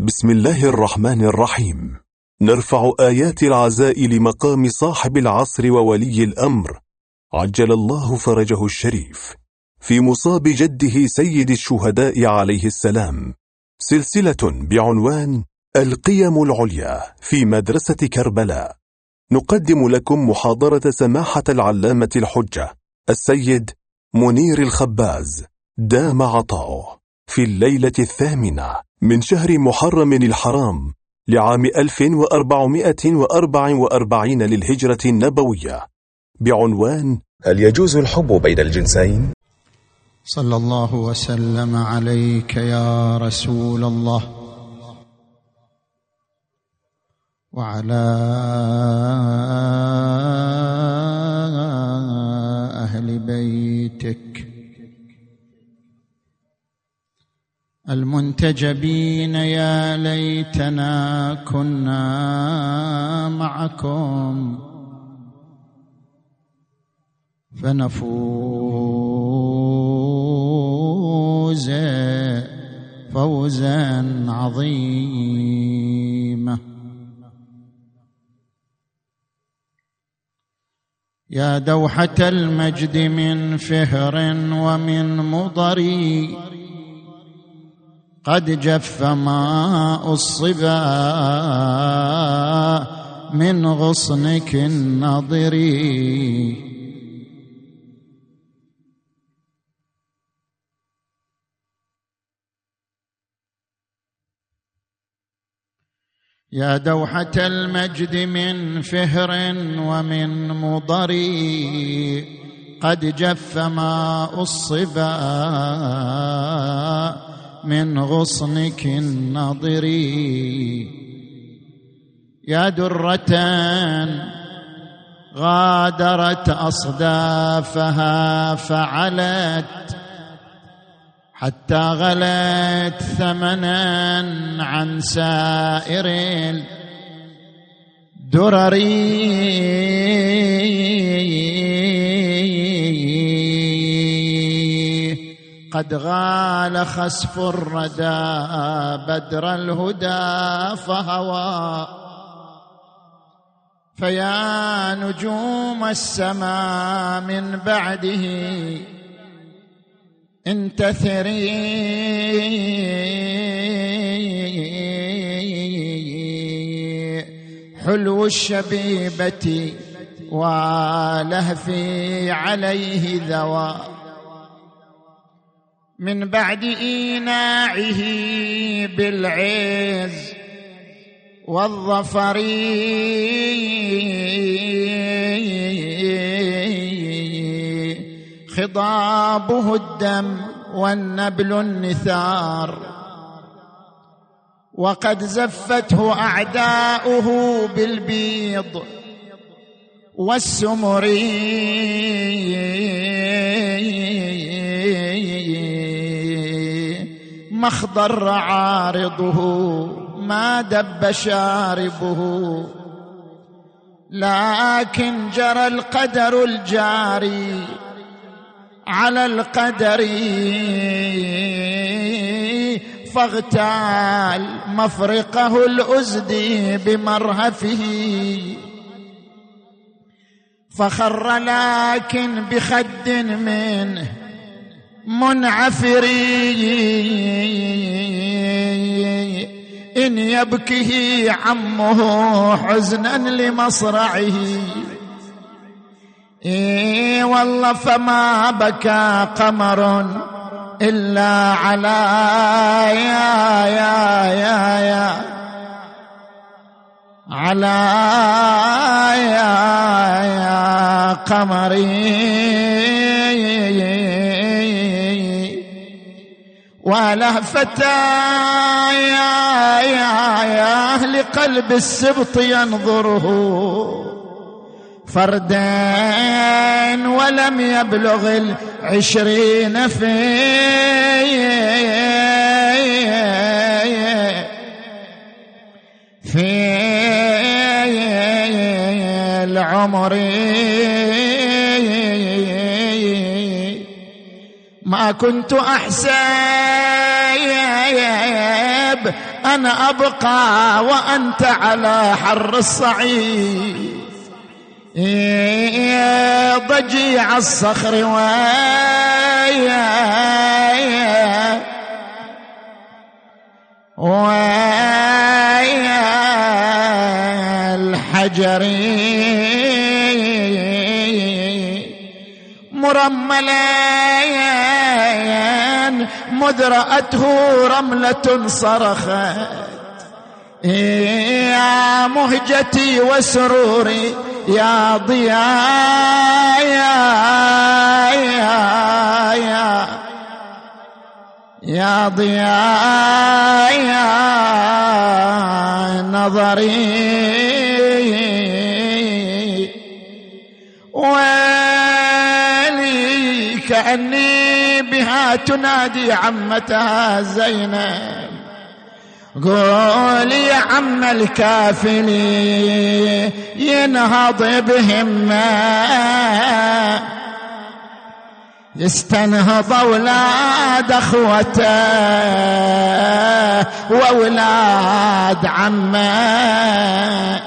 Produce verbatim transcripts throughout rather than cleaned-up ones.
بسم الله الرحمن الرحيم. نرفع آيات العزاء لمقام صاحب العصر وولي الأمر عجل الله فرجه الشريف في مصاب جده سيد الشهداء عليه السلام، سلسلة بعنوان القيم العليا في مدرسة كربلاء. نقدم لكم محاضرة سماحة العلامة الحجة السيد منير الخباز دام عطاؤه في الليلة الثامنة من شهر محرم الحرام لعام ألف وأربعمائة وأربعة وأربعين للهجرة النبوية، بعنوان هل يجوز الحب بين الجنسين؟ صلى الله وسلم عليك يا رسول الله وعلى أهل بيتك المنتجبين. يا ليتنا كنا معكم فنفوز فوزا عظيما. يا دوحة المجد من فهر ومن مضر قد جف ماء الصبا من غصنك النضر. يا دوحة المجد من فهر ومن مضر قد جف ماء الصبا من غصنك النضر. يا درة غادرت أصدافها فعلت حتى غلت ثمنا عن سائر الدرر. قد غال خسف الردى بدر الهدى فهوى. فيا نجوم السماء من بعده انتثري. حلو الشبيبة ولهفي عليه ذوى من بعد إيناعه بالعز والظفر. خضابه الدم والنبل النثار وقد زفته أعداؤه بالبيض والسمر. ما اخضر عارضه ما دب شاربه لكن جرى القدر الجاري على القدر. فاغتال مفرقه الأزدي بمرهفه فخر لكن بخد منه منعفر. إن يبكه عمه حزنا لمصرعه إيه والله فما بكى قمر إلا على يا يا يا يا على يا يا قمري. ولهفتا يا يا يا لقلب السبط ينظره فردين ولم يبلغ العشرين في في العمر. ما كنت أحسب أنا أبقى وأنت على حر الصعيد، ضجيع الصخر ويا ويا الحجر مرملين مذ رأته رملة صرخت يا مهجتي وسروري يا ضياء يا يا يا يا ضياء يا نظري ويلي كأني بها تنادي عمتها زينب قولي يا عم الكافل ينهض بهمه يستنهض أولاد أخوته وأولاد عمه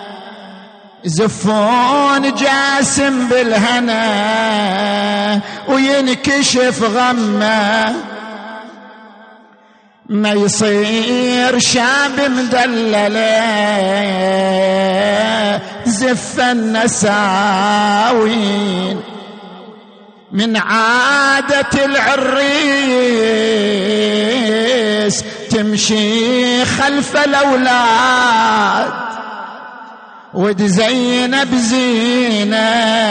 زفون جاسم بالهنا وينكشف غمه ما يصير شاب مدلله زف النساوين من عادة العريس تمشي خلف الأولاد وتزين بزينة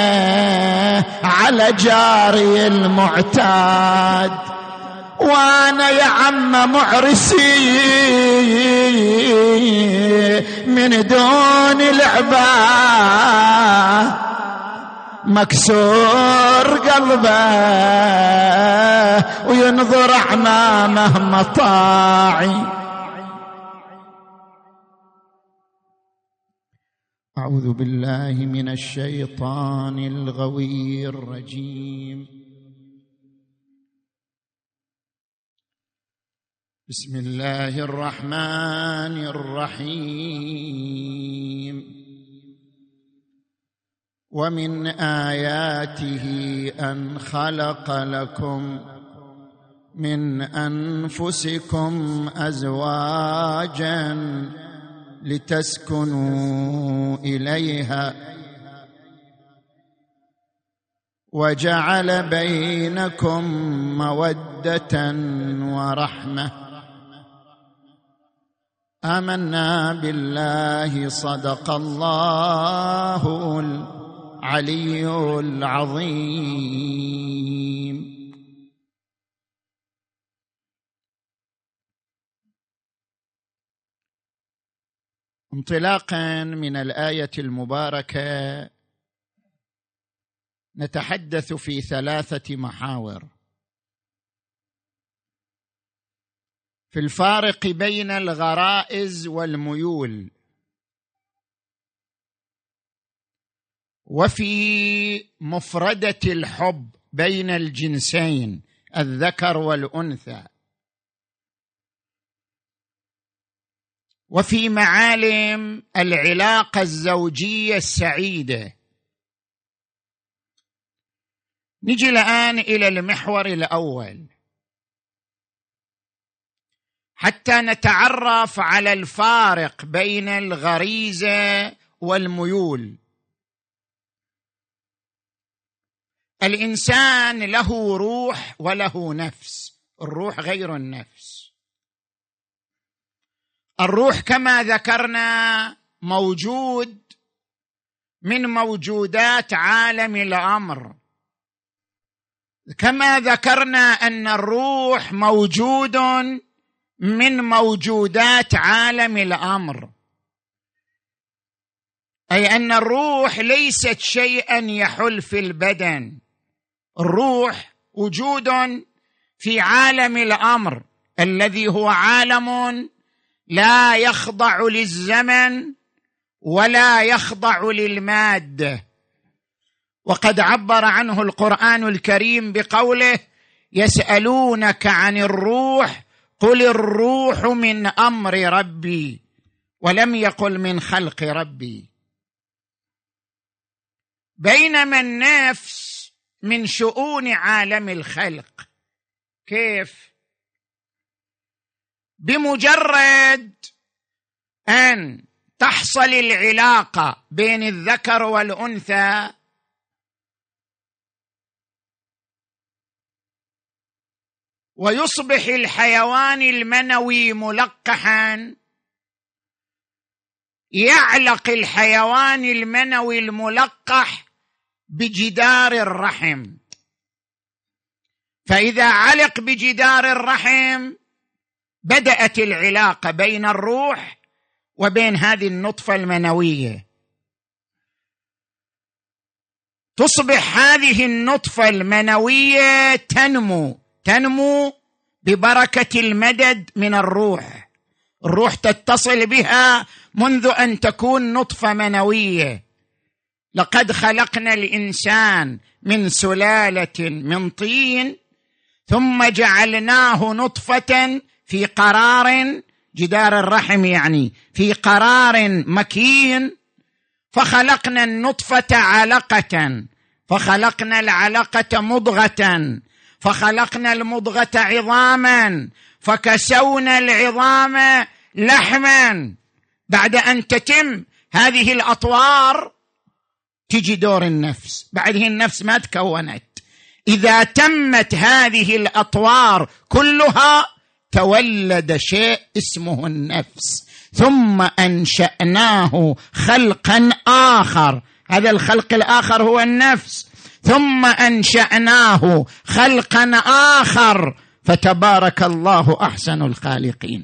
على جاري المعتاد وانا يا عم معرسي من دون العباد مكسور قلبه وينظر أمامه مطاعي. أعوذ بالله من الشيطان الغوي الرجيم. بسم الله الرحمن الرحيم. ومن آياته أن خلق لكم من أنفسكم أزواجا لتسكنوا إليها وجعل بينكم مودة ورحمة. آمنا بالله صدق الله العلي العظيم. انطلاقا من الآية المباركة نتحدث في ثلاثة محاور في الفارق بين الغرائز والميول، وفي مفردة الحب بين الجنسين الذكر والأنثى، وفي معالم العلاقة الزوجية السعيدة. نجي الآن إلى المحور الأول حتى نتعرف على الفارق بين الغريزة والميول. الإنسان له روح وله نفس، الروح غير النفس. الروح كما ذكرنا موجود من موجودات عالم الأمر، كما ذكرنا أن الروح موجود من موجودات عالم الأمر، أي أن الروح ليست شيئا يحل في البدن. الروح وجود في عالم الأمر الذي هو عالم لا يخضع للزمن ولا يخضع للمادة، وقد عبر عنه القرآن الكريم بقوله: يسألونك عن الروح قل الروح من أمر ربي، ولم يقل من خلق ربي. بينما النفس من شؤون عالم الخلق. كيف؟ بمجرد أن تحصل العلاقة بين الذكر والأنثى ويصبح الحيوان المنوي ملقحا، يعلق الحيوان المنوي الملقح بجدار الرحم، فإذا علق بجدار الرحم بدأت العلاقة بين الروح وبين هذه النطفة المنوية. تصبح هذه النطفة المنوية تنمو تنمو ببركة المدد من الروح. الروح تتصل بها منذ أن تكون نطفة منوية. لقد خلقنا الإنسان من سلالة من طين ثم جعلناه نطفة في قرار، جدار الرحم يعني، في قرار مكين، فخلقنا النطفة علقة، فخلقنا العلقة مضغة، فخلقنا المضغة عظاما، فكسونا العظام لحما. بعد أن تتم هذه الأطوار تجي دور النفس. بعده النفس ما تكونت. إذا تمت هذه الأطوار كلها تولد شيء اسمه النفس، ثم أنشأناه خلقا آخر. هذا الخلق الآخر هو النفس. ثم أنشأناه خلقا آخر، فتبارك الله أحسن الخالقين.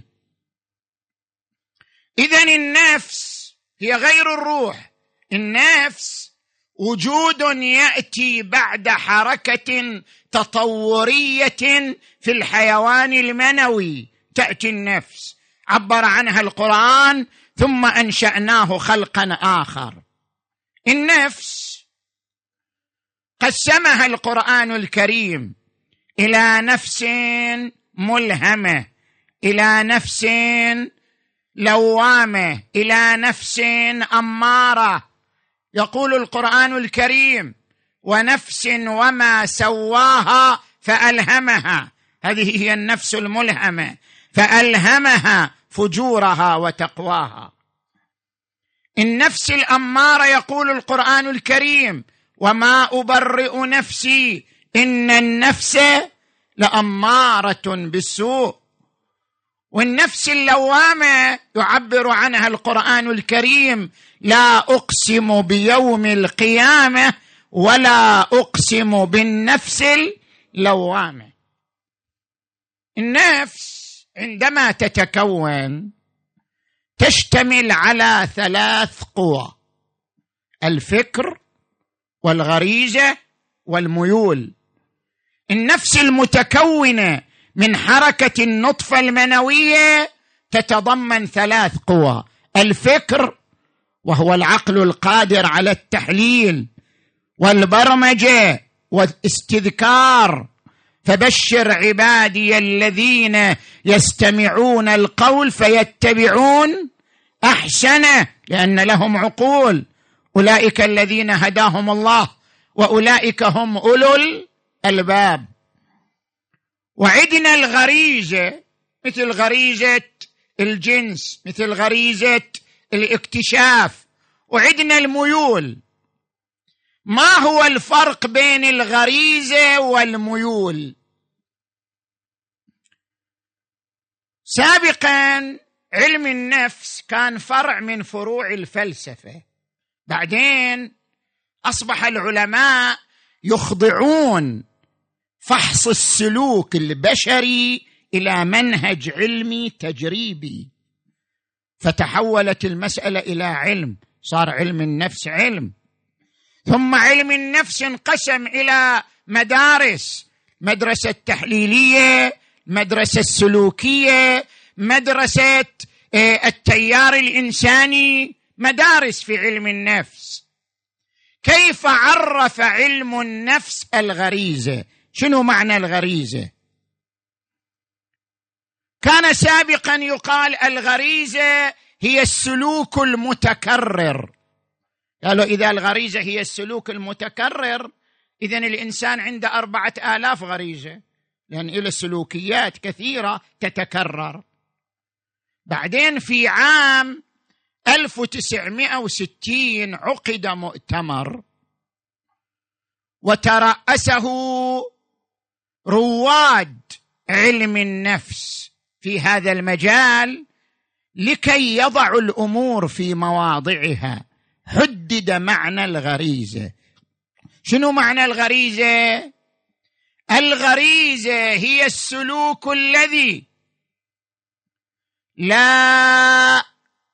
إذن النفس هي غير الروح. النفس وجود يأتي بعد حركة تطورية في الحيوان المنوي. تأتي النفس، عبر عنها القرآن ثم أنشأناه خلقا آخر. النفس قسمها القرآن الكريم إلى نفس ملهمة، إلى نفس لوامة، إلى نفس أمارة. يقول القرآن الكريم: ونفس وما سواها فألهمها. هذه هي النفس الملهمة، فألهمها فجورها وتقواها. النفس الأمارة يقول القرآن الكريم: وما أبرئ نفسي إن النفس لأمارة بالسوء. والنفس اللوامة يعبر عنها القرآن الكريم: لا أقسم بيوم القيامة ولا أقسم بالنفس اللوامة. النفس عندما تتكون تشتمل على ثلاث قوى: الفكر والغريزة والميول. النفس المتكونة من حركة النطفة المنوية تتضمن ثلاث قوى: الفكر وهو العقل القادر على التحليل والبرمجة والاستذكار، فبشر عبادي الذين يستمعون القول فيتبعون أحسنه لأن لهم عقول، أولئك الذين هداهم الله وأولئك هم أولو الألباب. وعدنا الغريزة مثل غريزة الجنس، مثل غريزة الاكتشاف. وعدنا الميول. ما هو الفرق بين الغريزة والميول؟ سابقا علم النفس كان فرع من فروع الفلسفة، بعدين أصبح العلماء يخضعون فحص السلوك البشري إلى منهج علمي تجريبي، فتحولت المسألة إلى علم، صار علم النفس علم. ثم علم النفس انقسم إلى مدارس: مدرسة التحليلية، مدرسة السلوكية، مدرسة التيار الإنساني، مدارس في علم النفس. كيف عرف علم النفس الغريزة؟ شنو معنى الغريزة؟ كان سابقا يقال الغريزة هي السلوك المتكرر. قالوا إذا الغريزة هي السلوك المتكرر إذن الإنسان عنده أربعة آلاف غريزة، لأن إلى السلوكيات كثيرة تتكرر. بعدين في عام ألف وتسعمائة وستين عقد مؤتمر وترأسه رواد علم النفس في هذا المجال لكي يضعوا الأمور في مواضعها. حدد معنى الغريزة. شنو معنى الغريزة؟ الغريزة هي السلوك الذي لا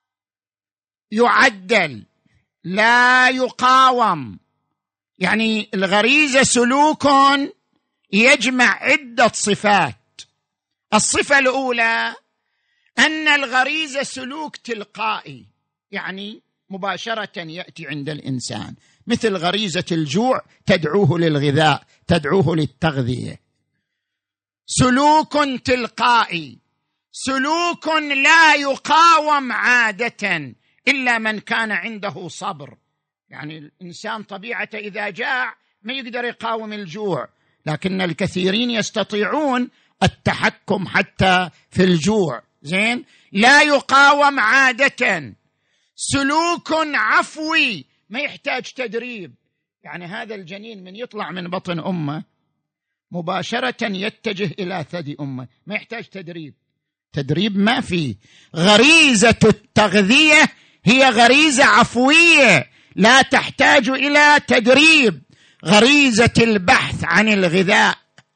يعدل، لا يقاوم. يعني الغريزة سلوك يجمع عدة صفات. الصفة الأولى أن الغريزة سلوك تلقائي، يعني مباشرة يأتي عند الإنسان، مثل غريزة الجوع تدعوه للغذاء، تدعوه للتغذية. سلوك تلقائي، سلوك لا يقاوم عادة إلا من كان عنده صبر. يعني الإنسان طبيعته إذا جاع ما يقدر يقاوم الجوع، لكن الكثيرين يستطيعون التحكم حتى في الجوع. زين، لا يقاوم عادة. سلوك عفوي ما يحتاج تدريب. يعني هذا الجنين من يطلع من بطن أمه مباشرة يتجه إلى ثدي أمه، ما يحتاج تدريب. تدريب ما فيه. غريزة التغذية هي غريزة عفوية لا تحتاج إلى تدريب. غريزة البحث عن الغذاء،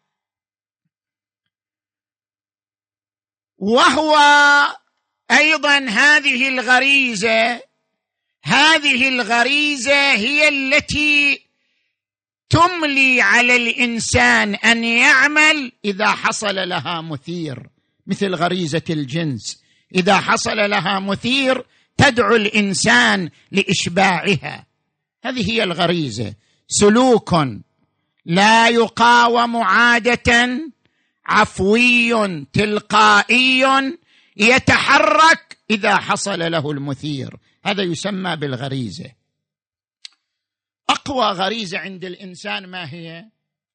وهو أيضا هذه الغريزة هذه الغريزة هي التي تملي على الإنسان أن يعمل إذا حصل لها مثير، مثل غريزة الجنس. إذا حصل لها مثير تدعو الإنسان لإشباعها. هذه هي الغريزة، سلوك لا يقاوم عادة، عفوي تلقائي، يتحرك إذا حصل له المثير. هذا يسمى بالغريزة. أقوى غريزة عند الإنسان ما هي؟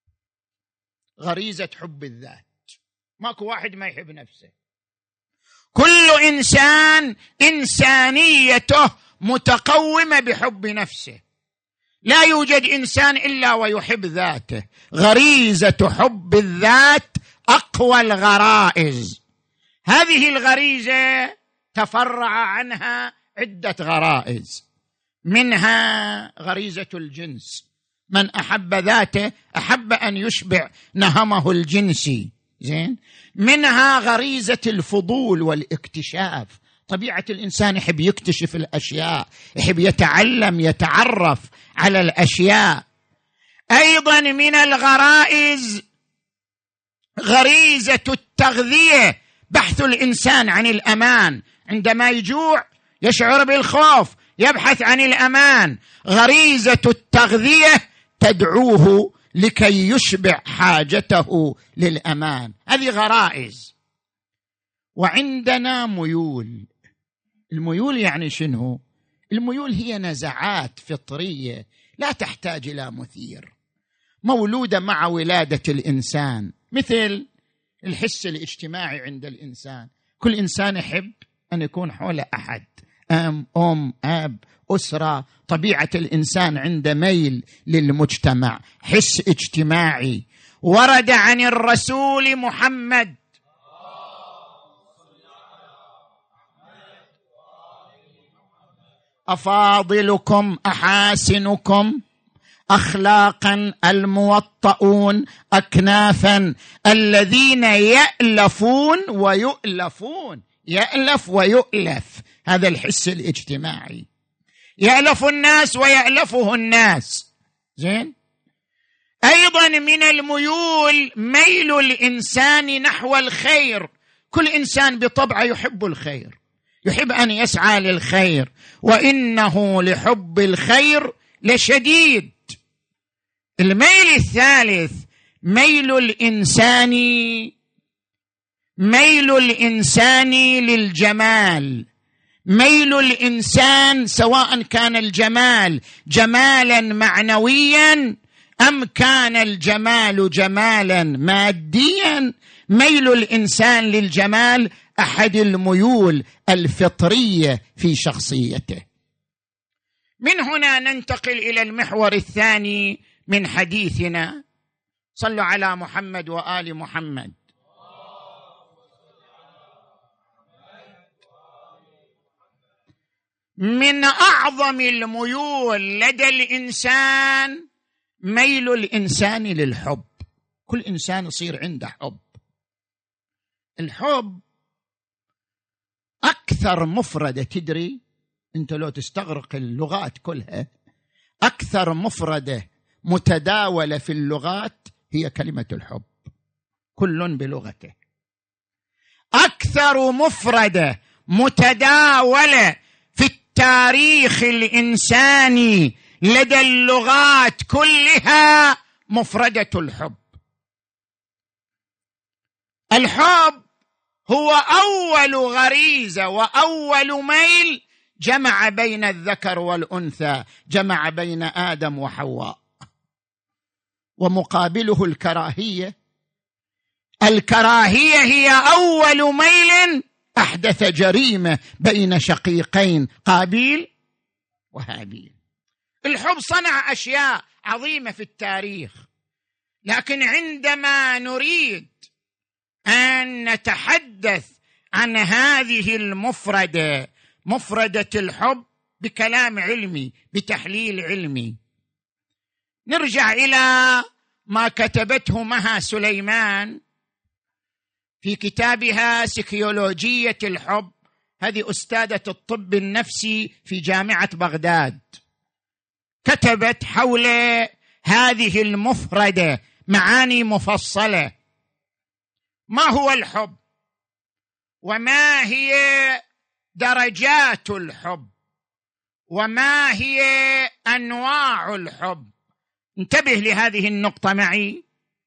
غريزة حب الذات. ماكو واحد ما يحب نفسه. كل إنسان إنسانيته متقومة بحب نفسه. لا يوجد إنسان إلا ويحب ذاته. غريزة حب الذات أقوى الغرائز. هذه الغريزة تفرع عنها عدة غرائز، منها غريزة الجنس. من أحب ذاته أحب أن يشبع نهمه الجنسي. زين. منها غريزة الفضول والاكتشاف. طبيعة الإنسان يحب يكتشف الأشياء، يحب يتعلم، يتعرف على الأشياء. أيضا من الغرائز غريزة التغذية، بحث الإنسان عن الأمان. عندما يجوع يشعر بالخوف، يبحث عن الأمان. غريزة التغذية تدعوه لكي يشبع حاجته للأمان. هذه غرائز. وعندنا ميول. الميول يعني شنو؟ الميول هي نزعات فطرية لا تحتاج إلى مثير، مولودة مع ولادة الإنسان، مثل الحس الاجتماعي عند الإنسان. كل إنسان يحب أن يكون حول أحد، أم أم أب أسرة. طبيعة الإنسان عنده ميل للمجتمع، حس اجتماعي. ورد عن الرسول محمد أفاضلكم أحاسنكم أخلاقا الموطؤون أكنافا الذين يألفون ويؤلفون. يألف ويؤلف، هذا الحس الاجتماعي. يألف الناس ويألفه الناس. زين. أيضا من الميول ميل الإنسان نحو الخير. كل إنسان بطبعه يحب الخير، يحب أن يسعى للخير، وإنه لحب الخير لشديد. الميل الثالث ميل الإنسان ميل الإنسان للجمال، ميل الإنسان سواء كان الجمال جمالا معنويا أم كان الجمال جمالا ماديا، ميل الإنسان للجمال أحد الميول الفطرية في شخصيته. من هنا ننتقل إلى المحور الثاني من حديثنا. صلوا على محمد وآل محمد. من أعظم الميول لدى الإنسان ميل الإنسان للحب. كل إنسان يصير عنده حب. الحب أكثر مفردة، تدري أنت لو تستغرق اللغات كلها، أكثر مفردة متداولة في اللغات هي كلمة الحب، كل بلغته. أكثر مفردة متداولة في التاريخ الإنساني لدى اللغات كلها مفردة الحب. الحب هو أول غريزة وأول ميل جمع بين الذكر والأنثى، جمع بين آدم وحواء. ومقابله الكراهية. الكراهية هي أول ميل أحدث جريمة بين شقيقين، قابيل وهابيل. الحب صنع أشياء عظيمة في التاريخ، لكن عندما نريد أن نتحدث عن هذه المفردة، مفردة الحب، بكلام علمي، بتحليل علمي، نرجع إلى ما كتبته مها سليمان في كتابها سيكيولوجية الحب. هذه أستاذة الطب النفسي في جامعة بغداد، كتبت حول هذه المفردة معاني مفصلة. ما هو الحب؟ وما هي درجات الحب؟ وما هي أنواع الحب؟ انتبه لهذه النقطة معي.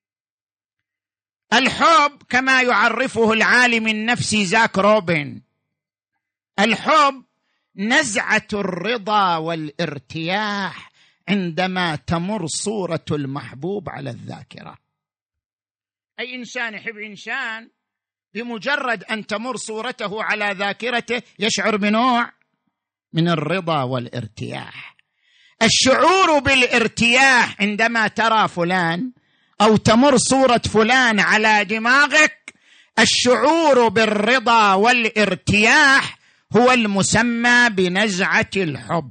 الحب كما يعرفه العالم النفسي زاك روبن، الحب نزعة الرضا والارتياح عندما تمر صورة المحبوب على الذاكرة. أي إنسان يحب إنسان بمجرد أن تمر صورته على ذاكرته يشعر بنوع من الرضا والارتياح. الشعور بالارتياح عندما ترى فلان أو تمر صورة فلان على دماغك، الشعور بالرضا والارتياح هو المسمى بنزعة الحب.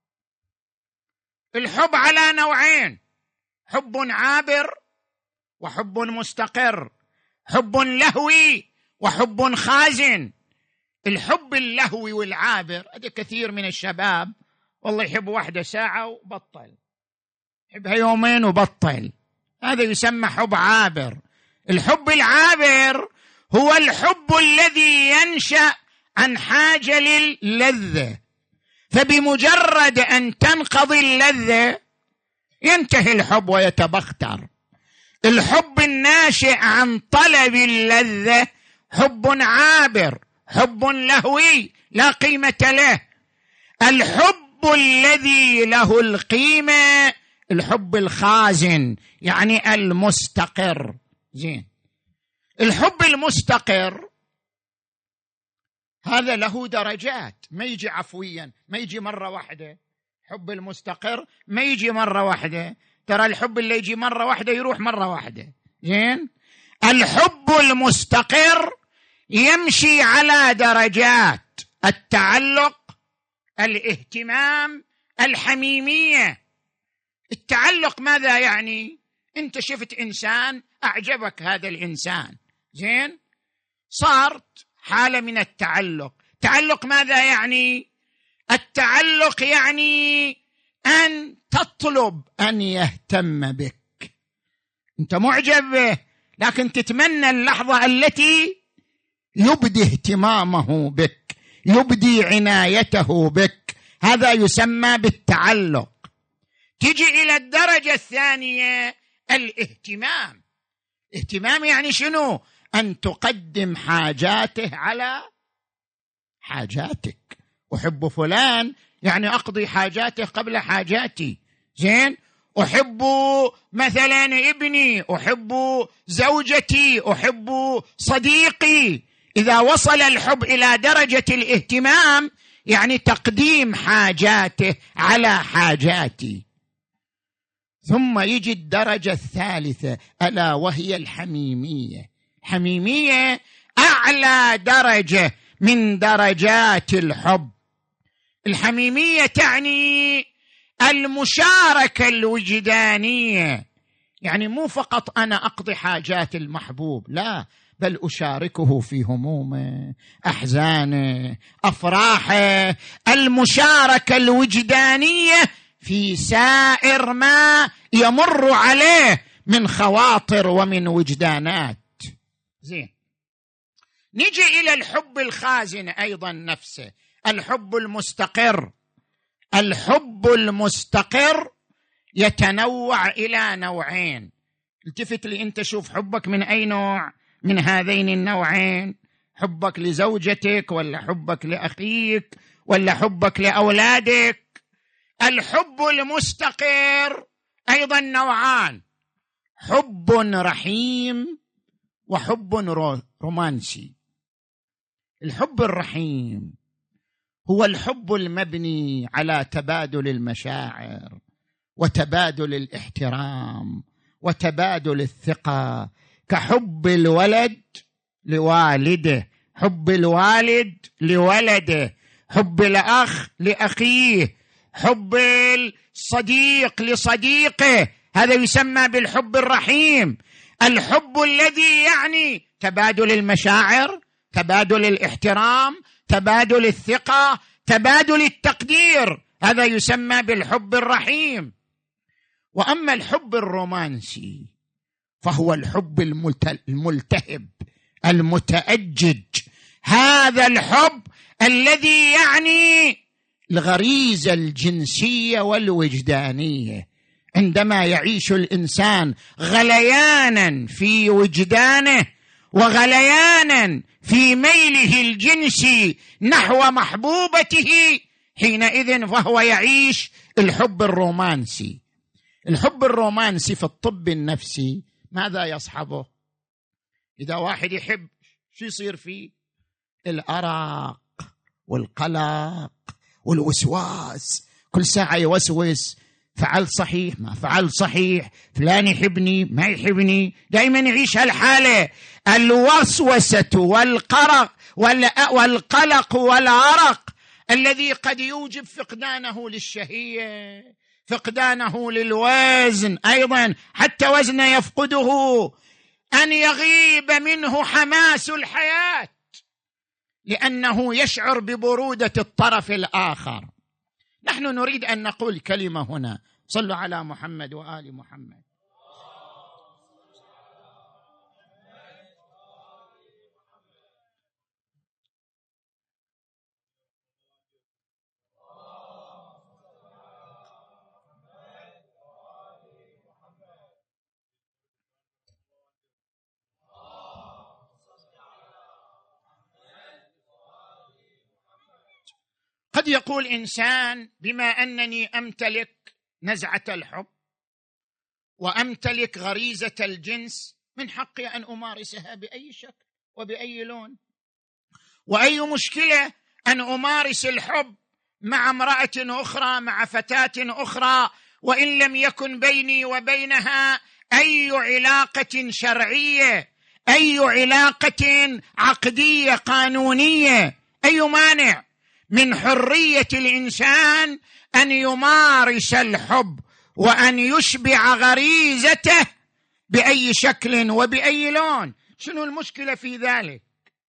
الحب على نوعين: حب عابر وحب مستقر، حب لهوي وحب خازن. الحب اللهوي والعابر، هذا كثير من الشباب والله يحب واحدة ساعة وبطل، يحبها يومين وبطل، هذا يسمى حب عابر. الحب العابر هو الحب الذي ينشأ عن حاجة للذة، فبمجرد أن تنقضي اللذة ينتهي الحب ويتبختر. الحب الناشئ عن طلب اللذة حب عابر، حب لهوي لا قيمة له. الحب الذي له القيمة الحب الخازن، يعني المستقر. زين، الحب المستقر هذا له درجات، ما يجي عفويا، ما يجي مرة واحدة. حب المستقر ما يجي مرة واحدة، ترى الحب اللي يجي مرة واحدة يروح مرة واحدة. زين، الحب المستقر يمشي على درجات: التعلق، الاهتمام، الحميمية. التعلق ماذا يعني؟ انت شفت انسان اعجبك هذا الانسان، زين، صارت حالة من التعلق. تعلق ماذا يعني؟ التعلق يعني أن تطلب أن يهتم بك. أنت معجب به، لكن تتمنى اللحظة التي يبدي اهتمامه بك، يبدي عنايته بك. هذا يسمى بالتعلق. تجي إلى الدرجة الثانية: الاهتمام. اهتمام يعني شنو؟ أن تقدم حاجاته على حاجاتك. أحب فلان يعني أقضي حاجاته قبل حاجاتي. زين، أحب مثلا ابني، أحب زوجتي، أحب صديقي. إذا وصل الحب إلى درجة الاهتمام يعني تقديم حاجاته على حاجاتي. ثم يجي الدرجة الثالثة ألا وهي الحميمية. حميمية أعلى درجة من درجات الحب. الحميمية تعني المشاركة الوجدانية، يعني مو فقط أنا أقضي حاجات المحبوب، لا، بل أشاركه في همومه، أحزانه، أفراحه. المشاركة الوجدانية في سائر ما يمر عليه من خواطر ومن وجدانات. زين، نجي إلى الحب الخازن أيضا نفسه، الحب المستقر. الحب المستقر يتنوع إلى نوعين. التفت لي أنت، شوف حبك من أي نوع من هذين النوعين. حبك لزوجتك ولا حبك لأخيك ولا حبك لأولادك؟ الحب المستقر أيضا نوعان، حب رحيم وحب رومانسي. الحب الرحيم هو الحب المبني على تبادل المشاعر وتبادل الاحترام وتبادل الثقة، كحب الولد لوالده، حب الوالد لولده، حب الأخ لأخيه، حب الصديق لصديقه. هذا يسمى بالحب الرحيم. الحب الذي يعني تبادل المشاعر، تبادل الاحترام، تبادل الثقة، تبادل التقدير، هذا يسمى بالحب الرحيم. وأما الحب الرومانسي فهو الحب الملتهب المتأجج. هذا الحب الذي يعني الغريزة الجنسية والوجدانية. عندما يعيش الإنسان غليانا في وجدانه وغليانا في ميله الجنسي نحو محبوبته، حينئذ فهو يعيش الحب الرومانسي. الحب الرومانسي في الطب النفسي ماذا يصحبه؟ إذا واحد يحب شو يصير فيه؟ الأرق والقلق والوسواس، كل ساعة يوسوس، فعل صحيح ما فعل صحيح، فلان يحبني ما يحبني، دائما يعيش هالحالة، الوسوسة والقرق والقلق والعرق الذي قد يوجب فقدانه للشهية، فقدانه للوزن، أيضا حتى وزنه يفقده، أن يغيب منه حماس الحياة لأنه يشعر ببرودة الطرف الآخر. نحن نريد أن نقول كلمة هنا، صلوا على محمد وآل محمد. قد يقول إنسان بما أنني أمتلك نزعة الحب وأمتلك غريزة الجنس من حقي أن أمارسها بأي شكل وبأي لون، وأي مشكلة أن أمارس الحب مع امرأة أخرى، مع فتاة أخرى، وإن لم يكن بيني وبينها أي علاقة شرعية، أي علاقة عقدية قانونية. أي مانع من حرية الإنسان أن يمارس الحب وأن يشبع غريزته بأي شكل وبأي لون؟ شنو المشكلة في ذلك؟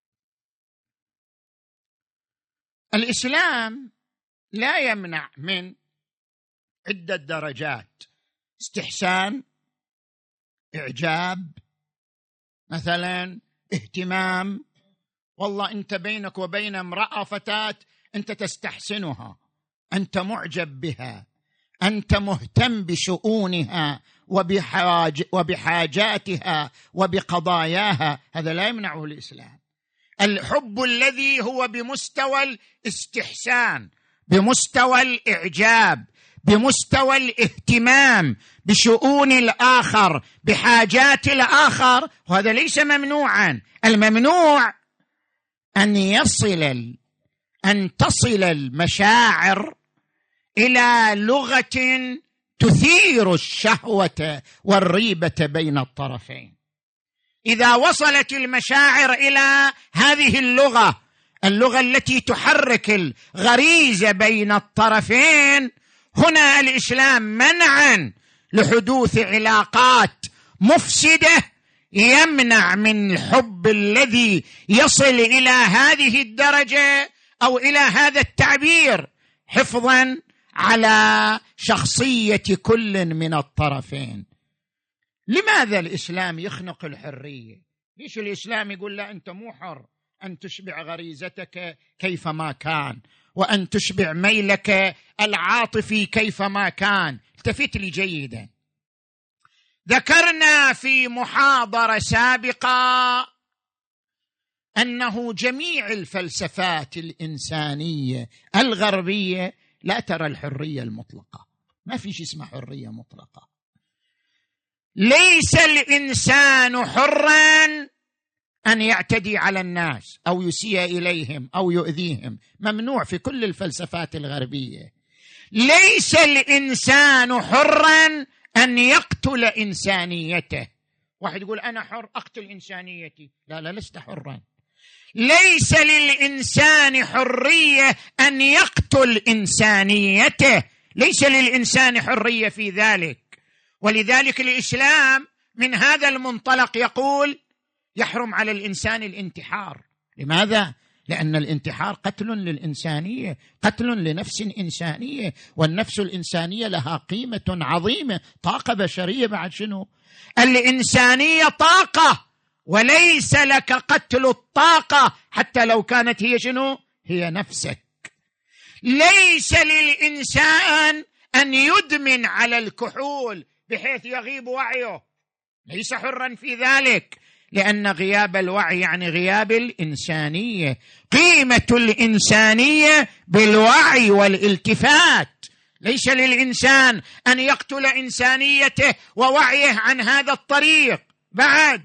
الإسلام لا يمنع من عدة درجات، استحسان، إعجاب، مثلا اهتمام. والله أنت بينك وبين امرأة فتاة أنت تستحسنها، أنت معجب بها، أنت مهتم بشؤونها وبحاج وبحاجاتها وبقضاياها، هذا لا يمنعه الإسلام. الحب الذي هو بمستوى الاستحسان، بمستوى الإعجاب، بمستوى الاهتمام بشؤون الآخر، بحاجات الآخر، وهذا ليس ممنوعا. الممنوع أن يصل أن تصل المشاعر إلى لغة تثير الشهوة والريبة بين الطرفين. إذا وصلت المشاعر إلى هذه اللغة، اللغة التي تحرك الغريزة بين الطرفين، هنا الإسلام منعا لحدوث علاقات مفسدة يمنع من الحب الذي يصل إلى هذه الدرجة أو إلى هذا التعبير، حفظا على شخصية كل من الطرفين. لماذا الإسلام يخنق الحرية؟ ليش الإسلام يقول لا، أنت مو حر أن تشبع غريزتك كيفما كان، وأن تشبع ميلك العاطفي كيفما كان؟ التفت لي جيدا. ذكرنا في محاضرة سابقة أنه جميع الفلسفات الإنسانية الغربية لا ترى الحرية المطلقة، ما في شيء اسمه حرية مطلقة. ليس الإنسان حرا أن يعتدي على الناس أو يسيء إليهم أو يؤذيهم، ممنوع في كل الفلسفات الغربية. ليس الإنسان حرا أن يقتل إنسانيته. واحد يقول أنا حر أقتل إنسانيتي، لا لا لست حرا. ليس للإنسان حرية أن يقتل إنسانيته، ليس للإنسان حرية في ذلك. ولذلك الإسلام من هذا المنطلق يقول يحرم على الإنسان الانتحار. لماذا؟ لأن الانتحار قتل للإنسانية، قتل لنفس إنسانية، والنفس الإنسانية لها قيمة عظيمة، طاقة بشرية. بعد شنو؟ الإنسانية طاقة، وليس لك قتل الطاقة حتى لو كانت هي شنو؟ هي نفسك. ليس للإنسان أن يدمن على الكحول بحيث يغيب وعيه، ليس حرا في ذلك، لأن غياب الوعي يعني غياب الإنسانية. قيمة الإنسانية بالوعي والالتفات. ليس للإنسان أن يقتل إنسانيته ووعيه عن هذا الطريق. بعد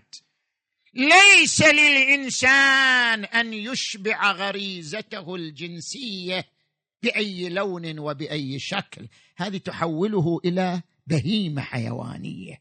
ليس للإنسان أن يشبع غريزته الجنسية بأي لون وبأي شكل، هذه تحوله إلى بهيمة حيوانية.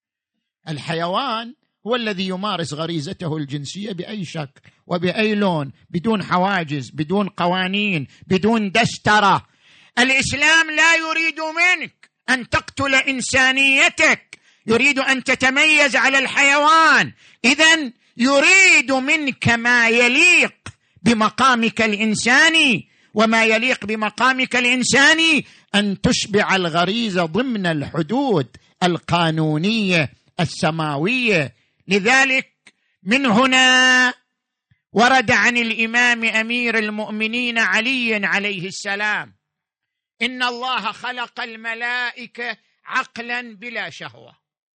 الحيوان هو الذي يمارس غريزته الجنسية بأي شكل وبأي لون، بدون حواجز، بدون قوانين، بدون دسترة. الإسلام لا يريد منك أن تقتل إنسانيتك، يريد أن تتميز على الحيوان. إذن يريد منك ما يليق بمقامك الإنساني، وما يليق بمقامك الإنساني أن تشبع الغريزة ضمن الحدود القانونية السماوية. لذلك من هنا ورد عن الإمام أمير المؤمنين علي عليه السلام إن الله خلق الملائكة عقلا بلا شهوة،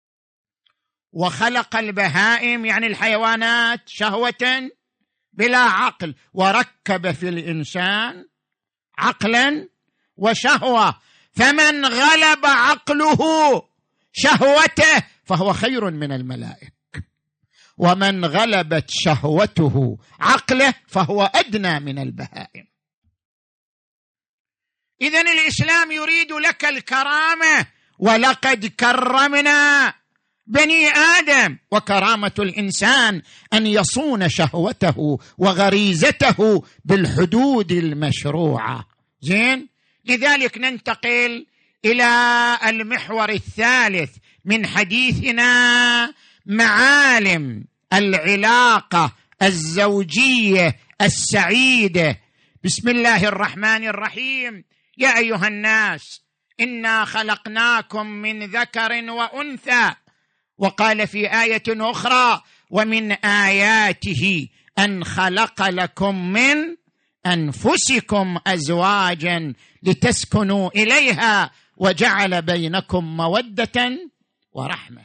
وخلق البهائم يعني الحيوانات شهوة بلا عقل، وركب في الإنسان عقلا وشهوة، فمن غلب عقله شهوته فهو خير من الملائكة، ومن غلبت شهوته عقله فهو أدنى من البهائم. إذن الإسلام يريد لك الكرامة، ولقد كرمنا بني آدم، وكرامة الإنسان أن يصون شهوته وغريزته بالحدود المشروعة. زين، لذلك ننتقل إلى المحور الثالث من حديثنا، معالم العلاقة الزوجية السعيدة. بسم الله الرحمن الرحيم. يا أيها الناس إنا خلقناكم من ذكر وأنثى، وقال في آية أخرى ومن آياته أن خلق لكم من أنفسكم أزواجا لتسكنوا إليها وجعل بينكم مودة ورحمة.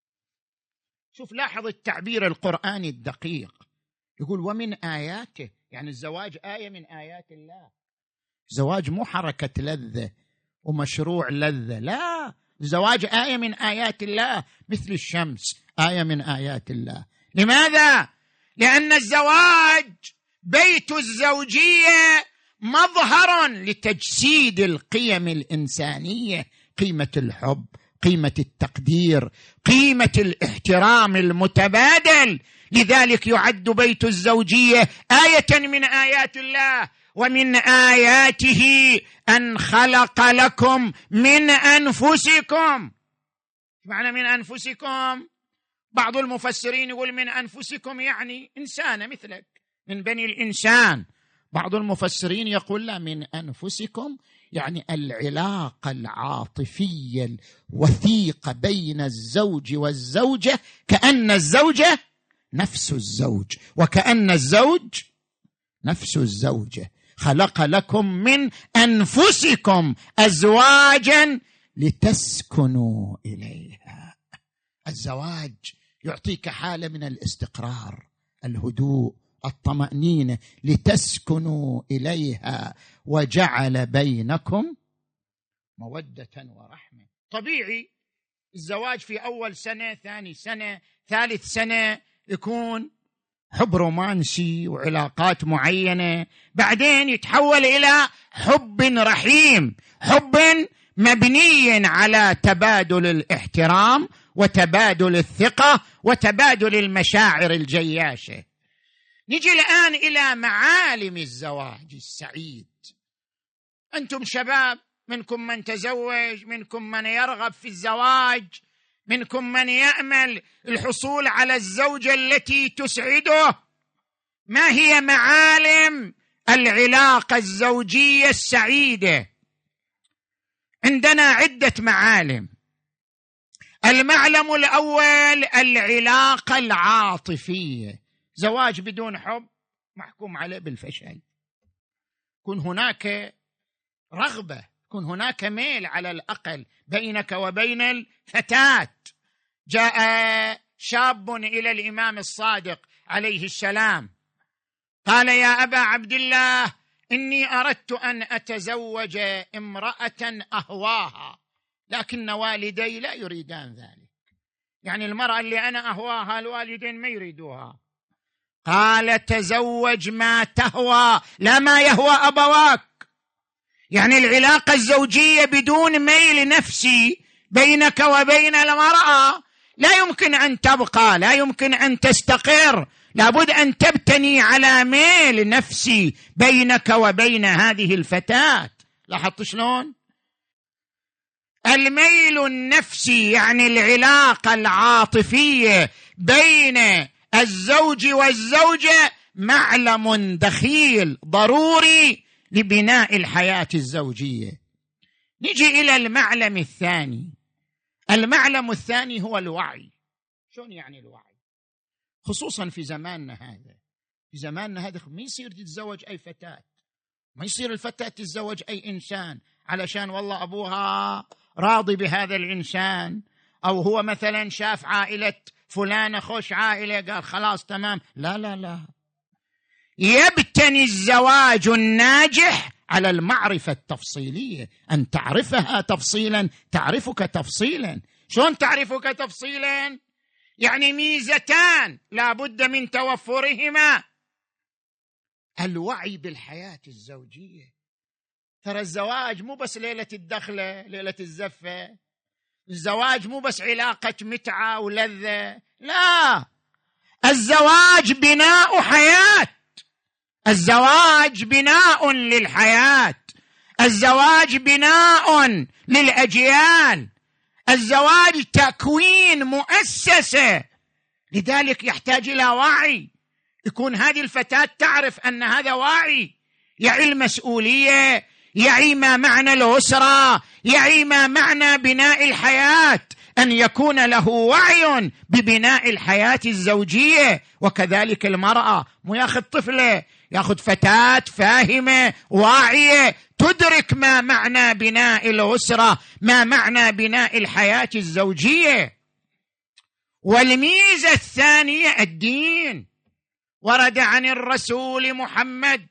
شوف لاحظ التعبير القرآني الدقيق، يقول ومن آياته، يعني الزواج آية من آيات الله. الزواج مو حركة لذة ومشروع لذة، لا، الزواج آية من آيات الله، مثل الشمس آية من آيات الله. لماذا؟ لأن الزواج بيت الزوجية مظهر لتجسيد القيم الإنسانية، قيمة الحب، قيمة التقدير، قيمة الاحترام المتبادل. لذلك يعد بيت الزوجية آية من آيات الله. ومن آياته أن خلق لكم من أنفسكم. معنى من أنفسكم؟ بعض المفسرين يقول من أنفسكم يعني إنسان مثلك، من بني الإنسان. بعض المفسرين يقول لا، من أنفسكم يعني العلاقة العاطفية الوثيقة بين الزوج والزوجة، كأن الزوجة نفس الزوج وكأن الزوج نفس الزوجة. خلق لكم من أنفسكم أزواجا لتسكنوا إليها. الزواج يعطيك حالة من الاستقرار، الهدوء، الطمأنينة، لتسكنوا إليها وجعل بينكم مودة ورحمة. طبيعي الزواج في أول سنة، ثاني سنة، ثالث سنة يكون حب رومانسي وعلاقات معينة، بعدين يتحول إلى حب رحيم، حب مبني على تبادل الاحترام وتبادل الثقة وتبادل المشاعر الجياشة. نجي الآن إلى معالم الزواج السعيد. أنتم شباب، منكم من تزوج، منكم من يرغب في الزواج، منكم من يأمل الحصول على الزوجة التي تسعده. ما هي معالم العلاقة الزوجية السعيدة؟ عندنا عدة معالم. المعلم الأول العلاقة العاطفية. زواج بدون حب محكوم عليه بالفشل. يكون هناك رغبة، يكون هناك ميل على الأقل بينك وبين الفتاة. جاء شاب إلى الإمام الصادق عليه السلام قال يا أبا عبد الله إني أردت أن أتزوج امرأة أهواها، لكن والدي لا يريدان ذلك. يعني المرأة اللي أنا أهواها الوالدين ما يريدوها. قال تزوج ما تهوى لا ما يهوى أبواك. يعني العلاقة الزوجية بدون ميل نفسي بينك وبين المرأة لا يمكن أن تبقى، لا يمكن أن تستقر. لابد أن تبتني على ميل نفسي بينك وبين هذه الفتاة. لاحظت شلون؟ الميل النفسي يعني العلاقة العاطفية بين الزوج والزوجة معلم دخيل ضروري لبناء الحياة الزوجية. نجي إلى المعلم الثاني. المعلم الثاني هو الوعي. شلون يعني الوعي؟ خصوصا في زماننا هذا. في زماننا هذا ما يصير تتزوج أي فتاة، ما يصير الفتاة تتزوج أي إنسان علشان والله أبوها راضي بهذا الإنسان، أو هو مثلا شاف عائلة فلانة خوش عائلة قال خلاص تمام. لا لا لا، يبتني الزواج الناجح على المعرفة التفصيلية، أن تعرفها تفصيلا تعرفك تفصيلا. شلون تعرفك تفصيلا؟ يعني ميزتان لا بد من توفرهما: الوعي بالحياة الزوجية. ترى الزواج مو بس ليلة الدخلة، ليلة الزفة. الزواج مو بس علاقة متعة ولذة، لا، الزواج بناء حياة. الزواج بناء للحياة، الزواج بناء للأجيال، الزواج تكوين مؤسسة. لذلك يحتاج إلى وعي، يكون هذه الفتاة تعرف أن هذا وعي، يعي المسؤولية، يعي ما معنى الأسرة، يعي ما معنى بناء الحياة، أن يكون له وعي ببناء الحياة الزوجية. وكذلك المرأة، مو ياخذ طفلة يأخذ فتاة فاهمة واعية تدرك ما معنى بناء الأسرة، ما معنى بناء الحياة الزوجية. والميزة الثانية الدين. ورد عن الرسول محمد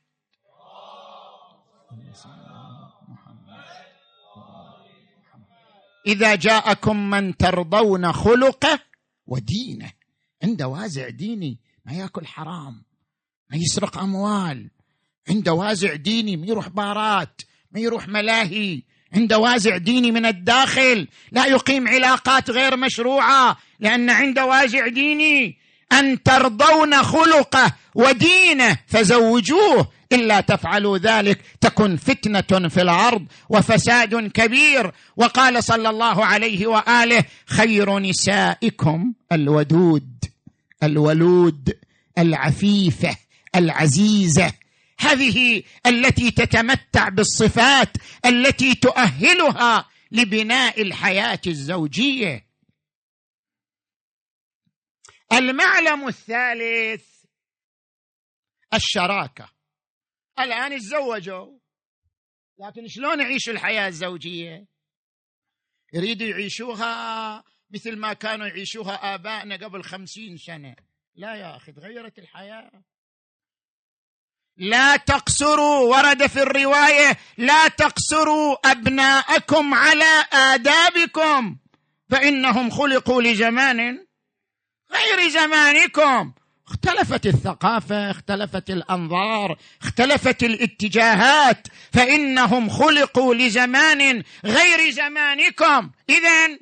إذا جاءكم من ترضون خلقه ودينه، عنده وازع ديني، ما يأكل حرام، ما يسرق أموال، عنده وازع ديني، ما يروح بارات، ما يروح ملاهي، عنده وازع ديني من الداخل، لا يقيم علاقات غير مشروعة لأن عنده وازع ديني. أن ترضون خلقه ودينه فزوجوه، إلا تفعلوا ذلك تكن فتنة في الأرض وفساد كبير. وقال صلى الله عليه وآله خير نسائكم الودود الولود العفيفة العزيزة، هذه التي تتمتع بالصفات التي تؤهلها لبناء الحياة الزوجية. المعلم الثالث الشراكة. الآن تزوجوا، لكن شلون يعيشوا الحياة الزوجية؟ يريدوا يعيشوها مثل ما كانوا يعيشوها آبائنا قبل خمسين سنة. لا يا أخي، تغيرت الحياة. لا تقصروا، ورد في الرواية لا تقصروا أبناءكم على آدابكم فإنهم خلقوا لزمان غير زمانكم. اختلفت الثقافة، اختلفت الأنظار، اختلفت الاتجاهات، فإنهم خلقوا لزمان غير زمانكم. إذن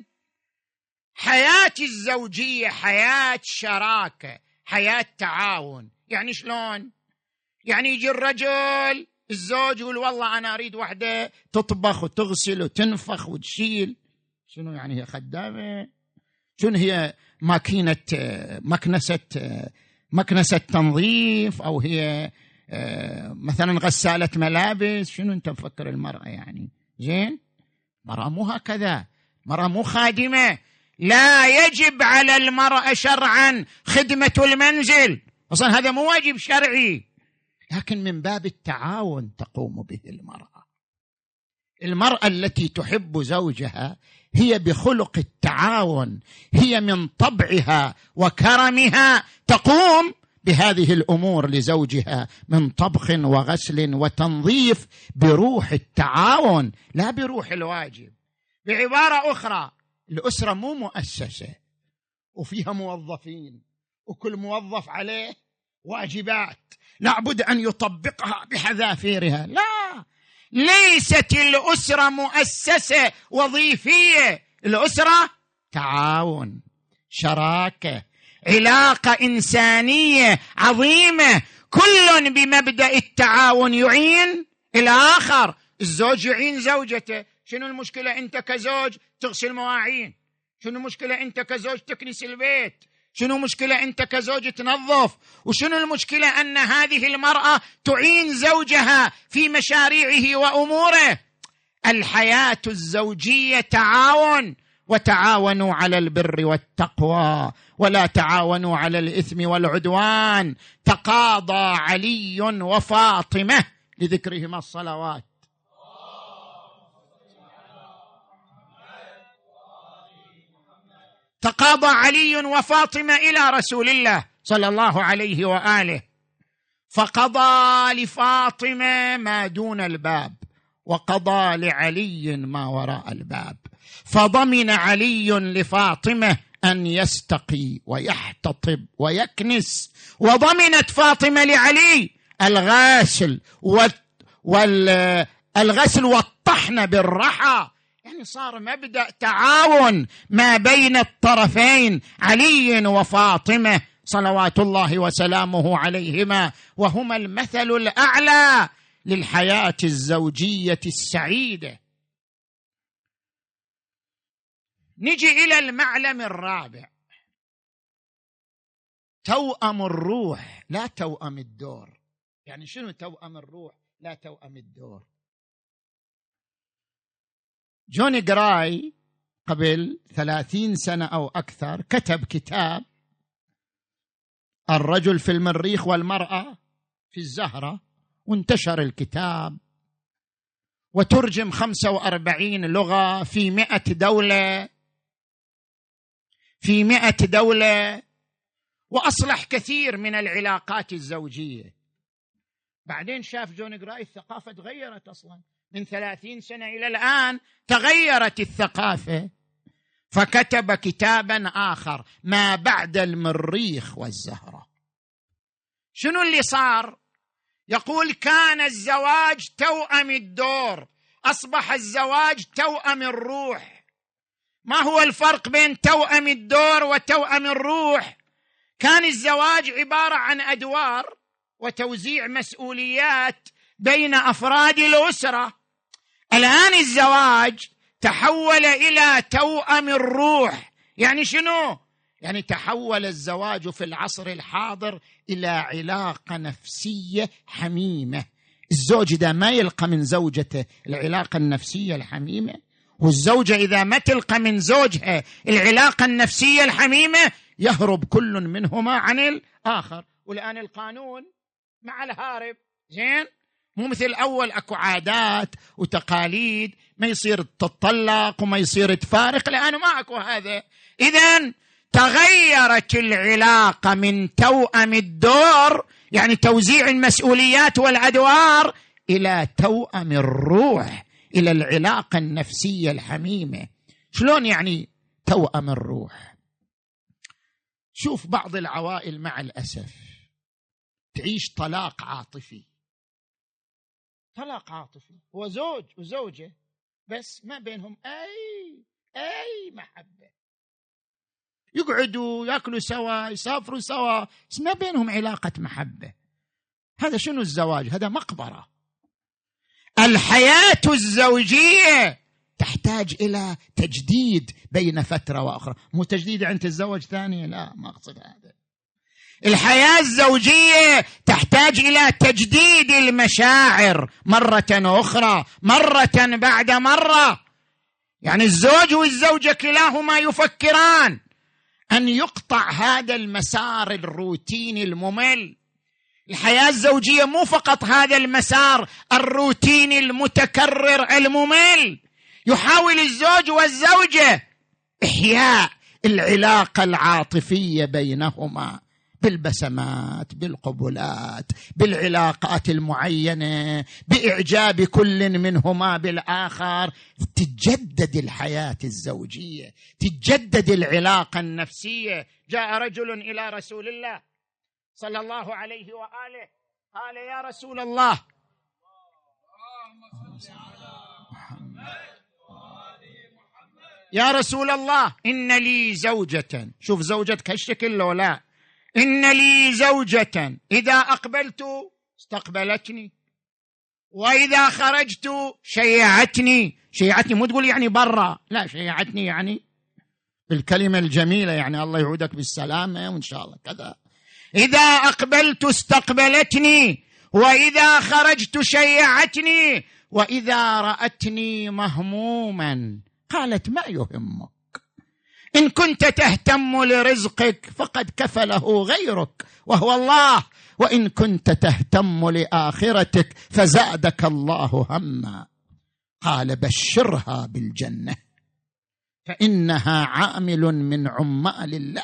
حياة الزوجية حياة شراكة، حياة تعاون. يعني شلون؟ يعني يجي الرجل الزوج يقول والله أنا أريد واحدة تطبخ وتغسل وتنفخ وتشيل. شنو يعني هي خدامة؟ شنو هي ماكينة مكنسة مكنسة تنظيف، أو هي مثلا غسالة ملابس؟ شنو أنت مفكر المرأة يعني؟ زين، مرأة مو هكذا، مرأة مو خادمة. لا يجب على المرأة شرعا خدمة المنزل، أصلا هذا مو واجب شرعي، لكن من باب التعاون تقوم به المرأة. المرأة التي تحب زوجها هي بخلق التعاون، هي من طبعها وكرمها تقوم بهذه الأمور لزوجها من طبخ وغسل وتنظيف بروح التعاون لا بروح الواجب. بعبارة أخرى، الأسرة مو مؤسسة وفيها موظفين وكل موظف عليه واجبات لابد أن يطبقها بحذافيرها. لا، ليست الأسرة مؤسسة وظيفية، الأسرة تعاون، شراكة، علاقة إنسانية عظيمة، كل بمبدأ التعاون يعين الآخر. الزوج يعين زوجته، شنو المشكلة أنت كزوج تغسل مواعين؟ شنو المشكلة أنت كزوج تكنس البيت؟ شنو مشكلة أنت كزوج تنظف؟ وشنو المشكلة أن هذه المرأة تعين زوجها في مشاريعه وأموره؟ الحياة الزوجية تعاون، وتعاونوا على البر والتقوى ولا تعاونوا على الإثم والعدوان. تقاضى علي وفاطمة لذكرهما الصلوات. تقاضى علي وفاطمة إلى رسول الله صلى الله عليه وآله، فقضى لفاطمة ما دون الباب وقضى لعلي ما وراء الباب. فضمن علي لفاطمة أن يستقي ويحتطب ويكنس، وضمنت فاطمة لعلي الغاسل والغسل والطحن بالرحى. يعني صار مبدأ تعاون ما بين الطرفين، علي وفاطمة صلوات الله وسلامه عليهما، وهما المثل الأعلى للحياة الزوجية السعيدة. نجي إلى المعلم الرابع، توأم الروح لا توأم الدور. يعني شنو توأم الروح لا توأم الدور؟ جوني جراي قبل ثلاثين سنة أو أكثر كتب كتاب الرجل في المريخ والمرأة في الزهرة وانتشر الكتاب وترجم خمسة وأربعين لغة في مئة دولة في مئة دولة وأصلح كثير من العلاقات الزوجية. بعدين شاف جون جراي الثقافة تغيرت أصلا من ثلاثين سنة إلى الآن، تغيرت الثقافة، فكتب كتابا آخر ما بعد المريخ والزهرة. شنو اللي صار؟ يقول كان الزواج توأم الدور، أصبح الزواج توأم الروح. ما هو الفرق بين توأم الدور وتوأم الروح؟ كان الزواج عبارة عن أدوار وتوزيع مسؤوليات بين أفراد الأسرة. الآن الزواج تحول إلى توأم الروح. يعني شنو؟ يعني تحول الزواج في العصر الحاضر إلى علاقة نفسية حميمة. الزوج إذا ما يلقى من زوجته العلاقة النفسية الحميمة، والزوجة إذا ما تلقى من زوجها العلاقة النفسية الحميمة، يهرب كل منهما عن الآخر. والآن القانون مع الهارب، زين؟ مو مثل الأول أكو عادات وتقاليد، ما يصير تطلق وما يصير تفارق، الآن ما أكو هذا. إذن تغيرت العلاقة من توأم الدور، يعني توزيع المسؤوليات والأدوار، إلى توأم الروح، إلى العلاقة النفسية الحميمة. شلون يعني توأم الروح؟ شوف بعض العوائل مع الأسف تعيش طلاق عاطفي. طلاق عاطفي، هو زوج وزوجة بس ما بينهم أي أي محبة، يقعدوا يأكلوا سوا، يسافروا سوا، بس ما بينهم علاقة محبة. هذا شنو الزواج؟ هذا مقبرة. الحياة الزوجية تحتاج إلى تجديد بين فترة وأخرى، مو تجديد عند الزوج ثاني، لا ما أقصد هذا. الحياة الزوجية تحتاج إلى تجديد المشاعر مرة أخرى، مرة بعد مرة. يعني الزوج والزوجة كلاهما يفكران أن يقطع هذا المسار الروتيني الممل. الحياة الزوجية مو فقط هذا المسار الروتيني المتكرر الممل، يحاول الزوج والزوجة إحياء العلاقة العاطفية بينهما بالبسمات، بالقبلات، بالعلاقات المعينة، بإعجاب كل منهما بالآخر. تتجدد الحياة الزوجية، تتجدد العلاقة النفسية. جاء رجل إلى رسول الله صلى الله عليه وآله قال يا رسول الله، يا رسول الله إن لي زوجة. شوف زوجتك هالشكل لو لا، إن لي زوجة إذا أقبلت استقبلتني وإذا خرجت شيعتني. شيعتني مو تقول يعني برا، لا، شيعتني يعني بالكلمة الجميلة، يعني الله يعودك بالسلامة وإن شاء الله كذا. إذا أقبلت استقبلتني وإذا خرجت شيعتني وإذا رأتني مهموما قالت ما يهمك، إن كنت تهتم لرزقك فقد كفله غيرك وهو الله، وإن كنت تهتم لآخرتك فزادك الله هما. قال بشرها بالجنة فإنها عامل من عمال الله.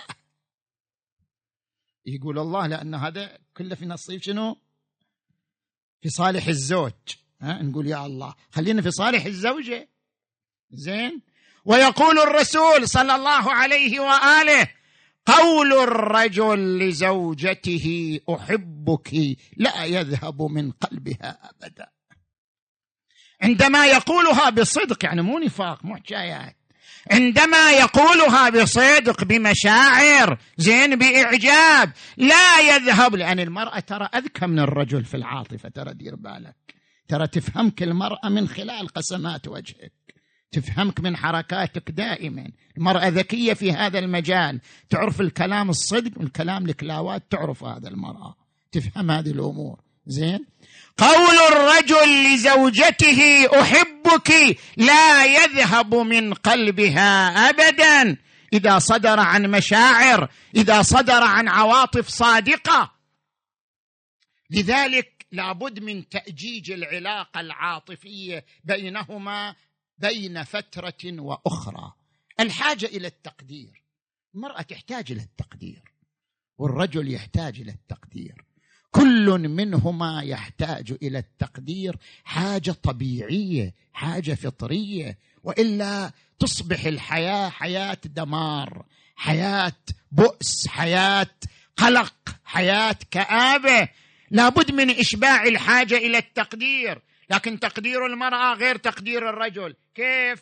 يقول الله لأن هذا كله في نصيب شنو؟ في صالح الزوج. ها نقول يا الله خلينا في صالح الزوجة، زين. ويقول الرسول صلى الله عليه وآله قول الرجل لزوجته أحبك لا يذهب من قلبها أبدا. عندما يقولها بصدق، يعني مو نفاق مو حكايات، عندما يقولها بصدق بمشاعر، زين، بإعجاب، لا يذهب. لأن المرأة ترى أذكى من الرجل في العاطفة، ترى دير بالك، ترى تفهمك المرأة من خلال قسمات وجهك، تفهمك من حركاتك دائما. المرأة ذكية في هذا المجال، تعرف الكلام الصدق والكلام الكلاوات، تعرف هذا المرأة، تفهم هذه الأمور، زين. قول الرجل لزوجته أحبك لا يذهب من قلبها أبدا إذا صدر عن مشاعر، إذا صدر عن عواطف صادقة. لذلك لابد من تأجيج العلاقة العاطفية بينهما بين فترة وأخرى. الحاجة إلى التقدير، المرأة تحتاج إلى التقدير والرجل يحتاج إلى التقدير، كل منهما يحتاج إلى التقدير، حاجة طبيعية، حاجة فطرية، وإلا تصبح الحياة حياة دمار، حياة بؤس، حياة قلق، حياة كآبة. لابد من إشباع الحاجة إلى التقدير، لكن تقدير المرأة غير تقدير الرجل. كيف؟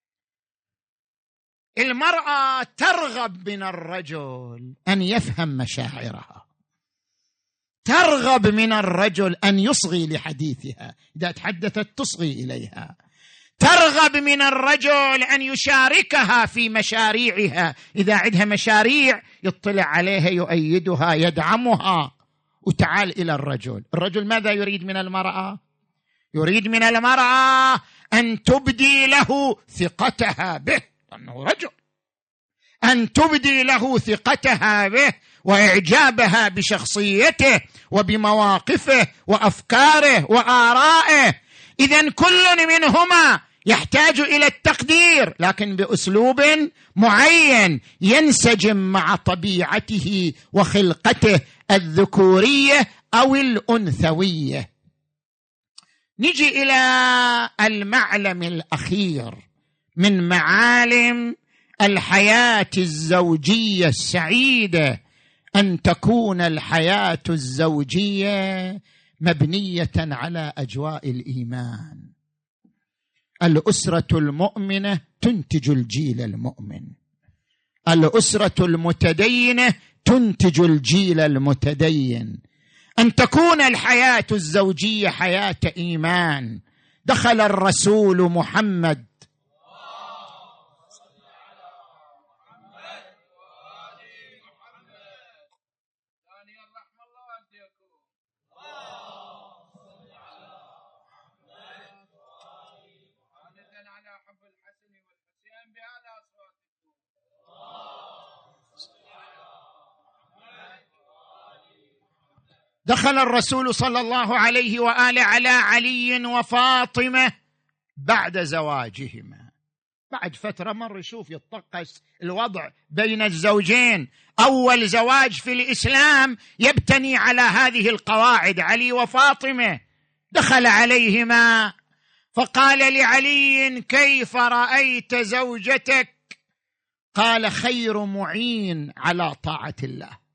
المرأة ترغب من الرجل أن يفهم مشاعرها، ترغب من الرجل أن يصغي لحديثها، إذا تحدثت تصغي إليها، ترغب من الرجل أن يشاركها في مشاريعها، إذا عندها مشاريع يطلع عليها، يؤيدها، يدعمها. وتعال إلى الرجل، الرجل ماذا يريد من المرأة؟ يريد من المرأة أن تبدي له ثقتها به، لأنه رجل، أن تبدي له ثقتها به وإعجابها بشخصيته وبمواقفه وأفكاره وآرائه. إذن كل منهما يحتاج إلى التقدير، لكن بأسلوب معين ينسجم مع طبيعته وخلقته الذكورية أو الأنثوية. نجي إلى المعلم الأخير من معالم الحياة الزوجية السعيدة، أن تكون الحياة الزوجية مبنية على أجواء الإيمان. الأسرة المؤمنة تنتج الجيل المؤمن، الأسرة المتدينة تنتج الجيل المتدين. أن تكون الحياة الزوجية حياة إيمان. دخل الرسول محمد دخل الرسول صلى الله عليه وآله على علي وفاطمة بعد زواجهما، بعد فترة مر يشوف يتطقس الوضع بين الزوجين. أول زواج في الإسلام يبتني على هذه القواعد، علي وفاطمة. دخل عليهما فقال لعلي: كيف رأيت زوجتك؟ قال: خير معين على طاعة الله.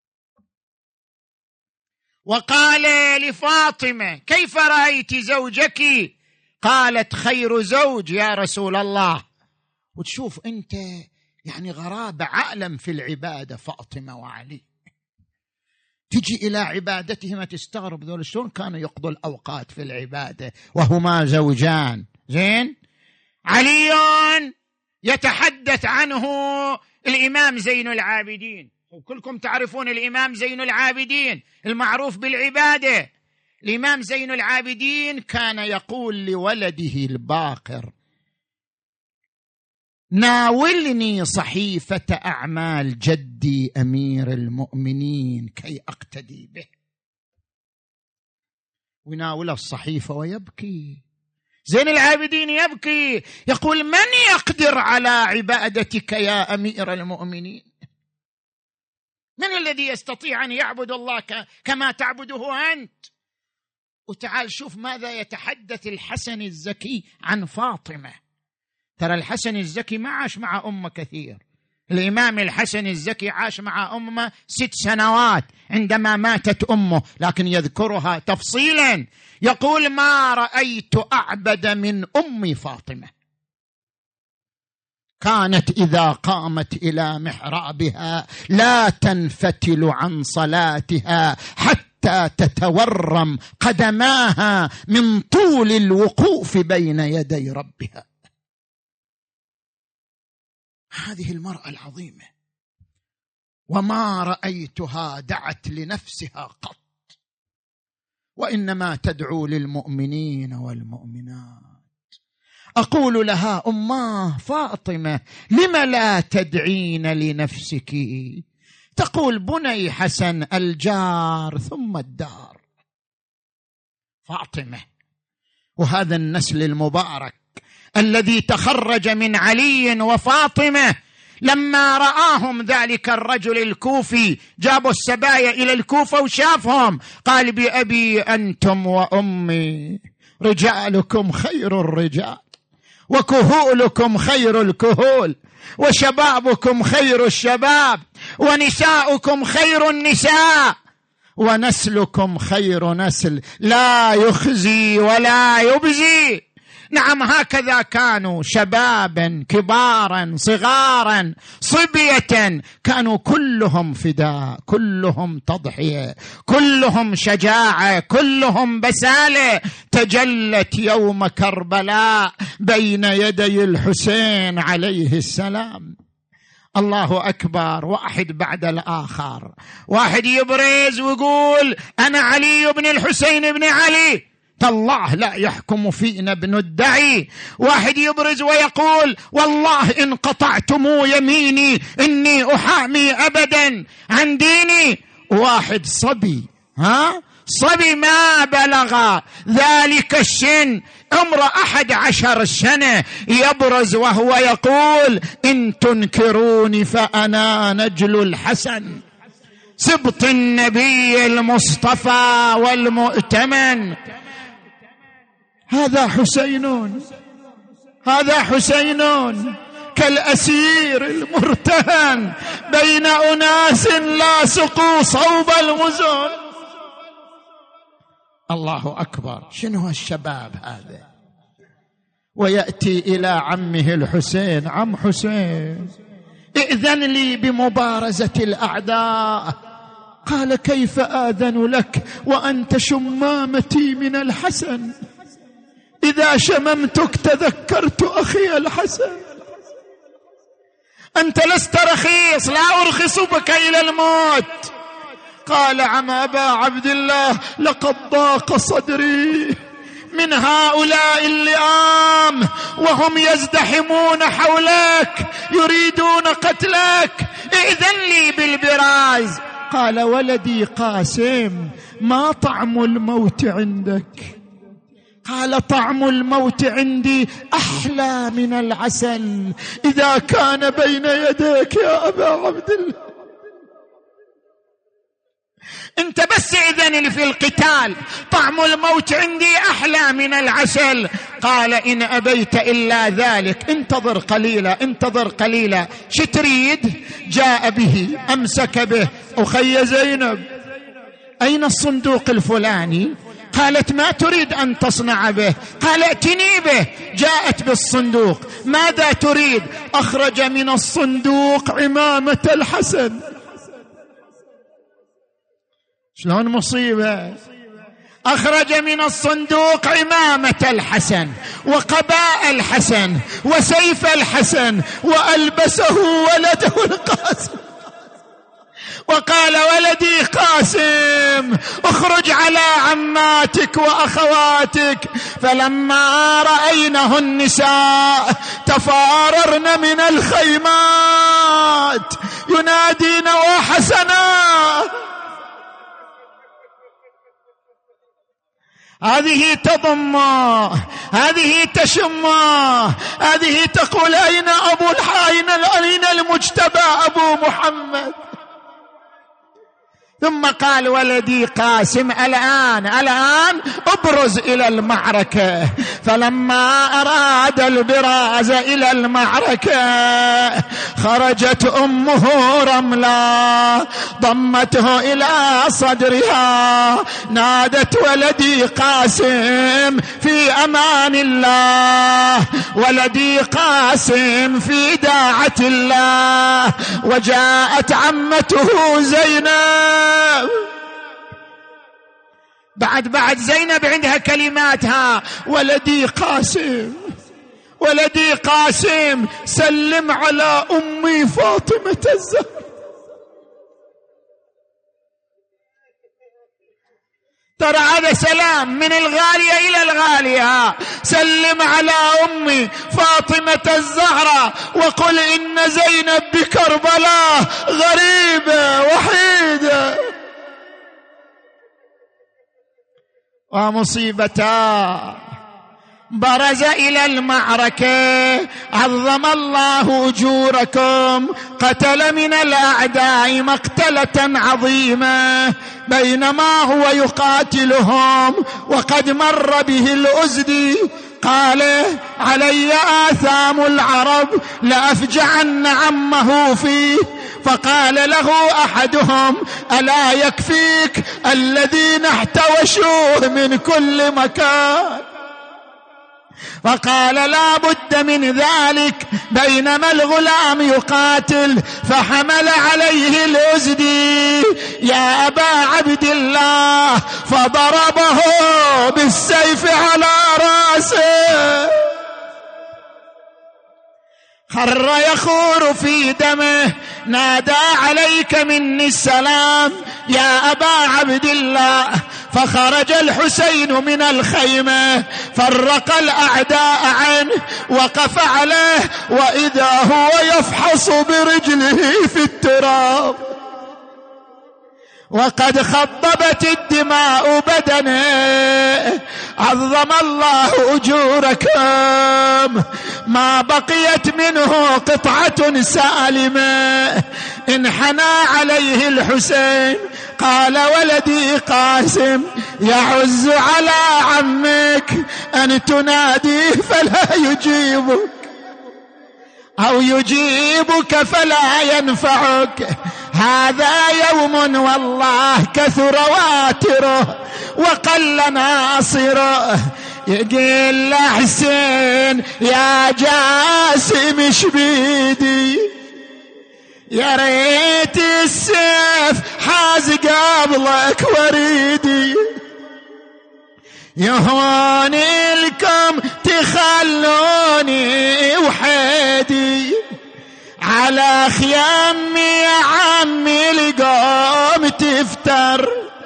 وقال لفاطمة: كيف رأيت زوجك؟ قالت: خير زوج يا رسول الله. وتشوف أنت يعني غرابة عالم في العبادة، فاطمة وعلي، تجي إلى عبادتهما تستغرب ذول شلون كانوا يقضوا الأوقات في العبادة وهما زوجان. زين، علي يتحدث عنه الإمام زين العابدين، وكلكم تعرفون الإمام زين العابدين المعروف بالعبادة. الإمام زين العابدين كان يقول لولده الباقر: ناولني صحيفة أعمال جدي أمير المؤمنين كي أقتدي به. وناول الصحيفة ويبكي. زين العابدين يبكي، يقول: من يقدر على عبادتك يا أمير المؤمنين؟ من الذي يستطيع أن يعبد الله كما تعبده أنت؟ وتعال شوف ماذا يتحدث الحسن الزكي عن فاطمة. ترى الحسن الزكي ما عاش مع أمه كثير، الإمام الحسن الزكي عاش مع أمه ست سنوات عندما ماتت أمه، لكن يذكرها تفصيلا. يقول: ما رأيت أعبد من أم فاطمة، كانت إذا قامت إلى محرابها لا تنفتل عن صلاتها حتى تتورم قدماها من طول الوقوف بين يدي ربها. هذه المرأة العظيمة، وما رأيتها دعت لنفسها قط، وإنما تدعو للمؤمنين والمؤمنات. أقول لها: أماه فاطمة، لم لا تدعين لنفسك؟ تقول: بني حسن، الجار ثم الدار. فاطمة. وهذا النسل المبارك الذي تخرج من علي وفاطمة، لما رآهم ذلك الرجل الكوفي، جابوا السبايا إلى الكوفة وشافهم، قال بأبي أنتم وأمي رجالكم خير الرجال، وكهولكم خير الكهول، وشبابكم خير الشباب، ونساؤكم خير النساء، ونسلكم خير نسل لا يخزي ولا يبزي. نعم، هكذا كانوا، شبابا كبارا صغارا صبية، كانوا كلهم فداء، كلهم تضحية، كلهم شجاعة، كلهم بسالة، تجلت يوم كربلاء بين يدي الحسين عليه السلام. الله أكبر، واحد بعد الآخر، واحد يبرز ويقول أنا علي بن الحسين بن علي، تالله لا يحكم فينا ابن الدعي. واحد يبرز ويقول والله إن قطعتم يميني إني أحامي أبدا عن ديني. واحد صبي، ها صبي ما بلغ ذلك السن، عمر أحد عشر سنة، يبرز وهو يقول إن تنكروني فأنا نجل الحسن، سبط النبي المصطفى والمؤتمن. هذا حسين، هذا حسين كالأسير المرتهن بين أناس لا سقوا صوب المزن. الله أكبر، شنو الشباب هذا؟ ويأتي إلى عمه الحسين، عم حسين ائذن لي بمبارزة الأعداء. قال كيف آذن لك وأنت شمامتي من الحسن؟ إذا شممتك تذكرت أخي الحسن. أنت لست رخيص، لا أرخص بك إلى الموت. قال عم أبا عبد الله لقد ضاق صدري من هؤلاء اللئام وهم يزدحمون حولك يريدون قتلك، ائذن لي بالبراز. قال ولدي قاسم ما طعم الموت عندك؟ قال طعم الموت عندي أحلى من العسل إذا كان بين يديك يا أبا عبد الله. انت بس إذن في القتال، طعم الموت عندي أحلى من العسل. قال إن أبيت إلا ذلك انتظر قليلا، انتظر قليلا. شو تريد؟ جاء به، أمسك به. أخي زينب أين الصندوق الفلاني؟ قالت ما تريد أن تصنع به؟ قال ائتني به. جاءت بالصندوق. ماذا تريد؟ أخرج من الصندوق عمامة الحسن. شلون مصيبة؟ أخرج من الصندوق عمامة الحسن وقباء الحسن وسيف الحسن وألبسه ولده القاسم، وقال ولدي قاسم اخرج على عماتك وأخواتك. فلما رأينه النساء تفاررن من الخيمات ينادين وحسنا. هذه تضم، هذه تشم، هذه تقول أين أبو الحاين، أين المجتبى أبو محمد؟ ثم قال ولدي قاسم الآن الآن ابرز إلى المعركة. فلما أراد البراز إلى المعركة خرجت أمه رملة ضمته إلى صدرها، نادت ولدي قاسم في أمان الله، ولدي قاسم في داعة الله. وجاءت عمته زينب. بعد بعد زينب عندها كلماتها. ولدي قاسم، ولدي قاسم سلم على أمي فاطمة الزهراء. ترى هذا سلام من الغالية إلى الغالية. سلم على أمي فاطمة الزهراء وقل إن زينب بكربلاء غريبة وحيدة. ومصيبتا. برز إلى المعركة، عظم الله أجوركم، قتل من الأعداء مقتلة عظيمة، بينما هو يقاتلهم وقد مر به الأزدي قال: علي آثام العرب لأفجعن عمه فيه. فقال له أحدهم: ألا يكفيك الذين احتوشوه من كل مكان؟ فقال: لا بد من ذلك. بينما الغلام يقاتل فحمل عليه الأزدي: يا أبا عبد الله، فضربه بالسيف على رأسه، خر يخور في دمه، نادى: عليك مني السلام يا أبا عبد الله. فخرج الحسين من الخيمة، فرق الأعداء عنه، وقف عليه، وإذا هو يفحص برجله في التراب، وقد خضبت الدماء بدنه. عظم الله أجوركم، ما بقيت منه قطعة سالمة. انحنى عليه الحسين قال: ولدي قاسم، يعز على عمك أن تناديه فلا يجيبك، أو يجيبك فلا ينفعك. هذا يوم والله كثر واتره وقل ناصره. يقول حسين: يا جاسم شبيدي، يا ريت السيف حاز قبلك وريدي، يهون لكم تخلوني وحيدي، على خيامي يا عمي لقوم تفتر.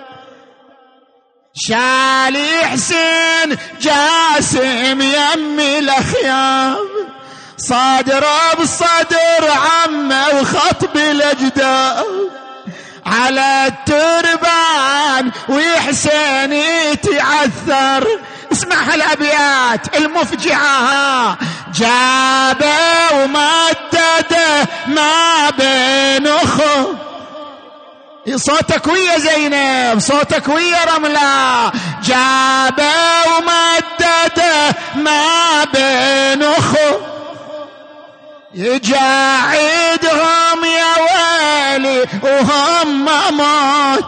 شالي حسين جاسم يمي الأخيام، صدر بصدر عمه وخطب الأجداد، على التربان ويحسين يتعثر. اسمع هالأبيات المفجعة: جابه ومدده ما بين أخو. صوتك ويا زينب، صوتك ويا رملة. جابه ومدده ما بين أخو، يجاعدهم يا ويلي وهم موت.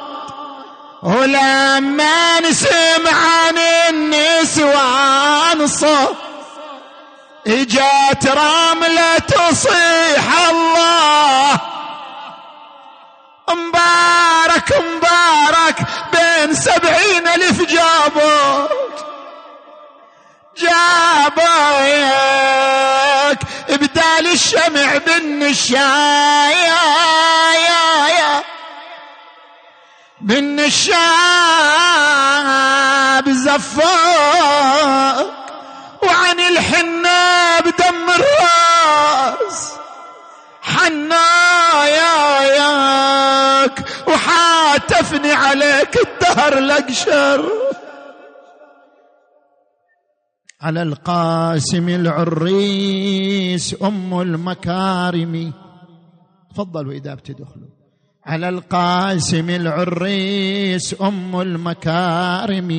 ولما نسمع عن النسوان صوت، اجت رملة تصيح الله مبارك مبارك، بين سبعين ألف جابوا جابوك، بدال الشمع بالنشايا بالنشاب زفاك، وعن الحنة بدم الراس حناياك، وحاتفني عليك الدهر لقشر. على القاسم العريس أم المكارم. تفضلوا إذا بتدخلوا. على القاسم العريس أم المكارم،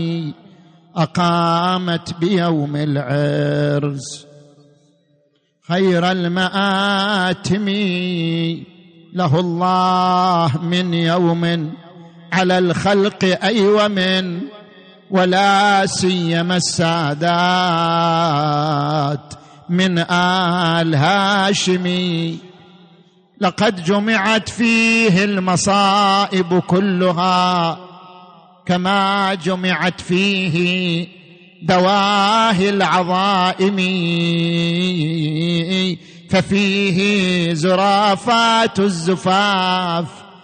أقامت بيوم العرس خير المآتم. له الله من يوم على الخلق أيوة من، ولا سيما السادات من آل هاشمي. لقد جمعت فيه المصائب كلها، كما جمعت فيه دواهي العظائم. ففيه زرافات الزفاف،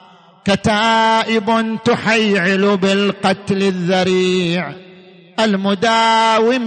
كتائب تحيعل بالقتل الذريع المداوم.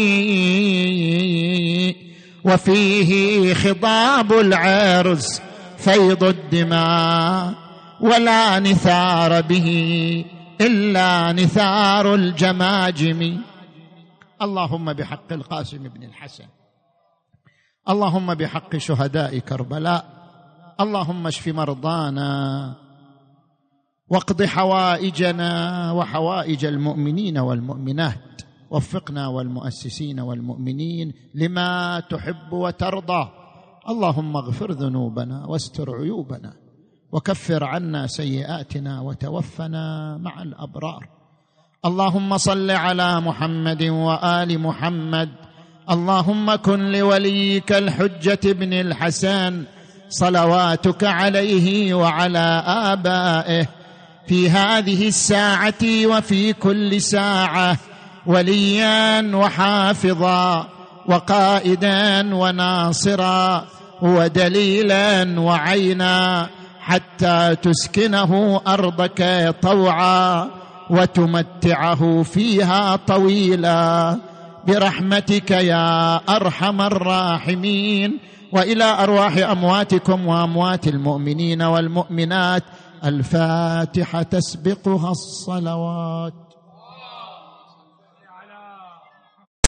وفيه خضاب العرس، فيض الدماء ولا نثار به، إلا نثار الجماجم. اللهم بحق القاسم بن الحسن، اللهم بحق شهداء كربلاء، اللهم اشف مرضانا واقض حوائجنا وحوائج المؤمنين والمؤمنات، وفقنا والمؤسسين والمؤمنين لما تحب وترضى. اللهم اغفر ذنوبنا واستر عيوبنا وكفر عنا سيئاتنا وتوفنا مع الأبرار. اللهم صل على محمد وآل محمد. اللهم كن لوليك الحجة بن الحسن صلواتك عليه وعلى آبائه في هذه الساعة وفي كل ساعة وليا وحافظا وقائدا وناصرا ودليلا وعينا، حتى تسكنه أرضك طوعا وتمتعه فيها طويلا برحمتك يا أرحم الراحمين. وإلى أرواح أمواتكم وأموات المؤمنين والمؤمنات الفاتحة تسبقها الصلوات.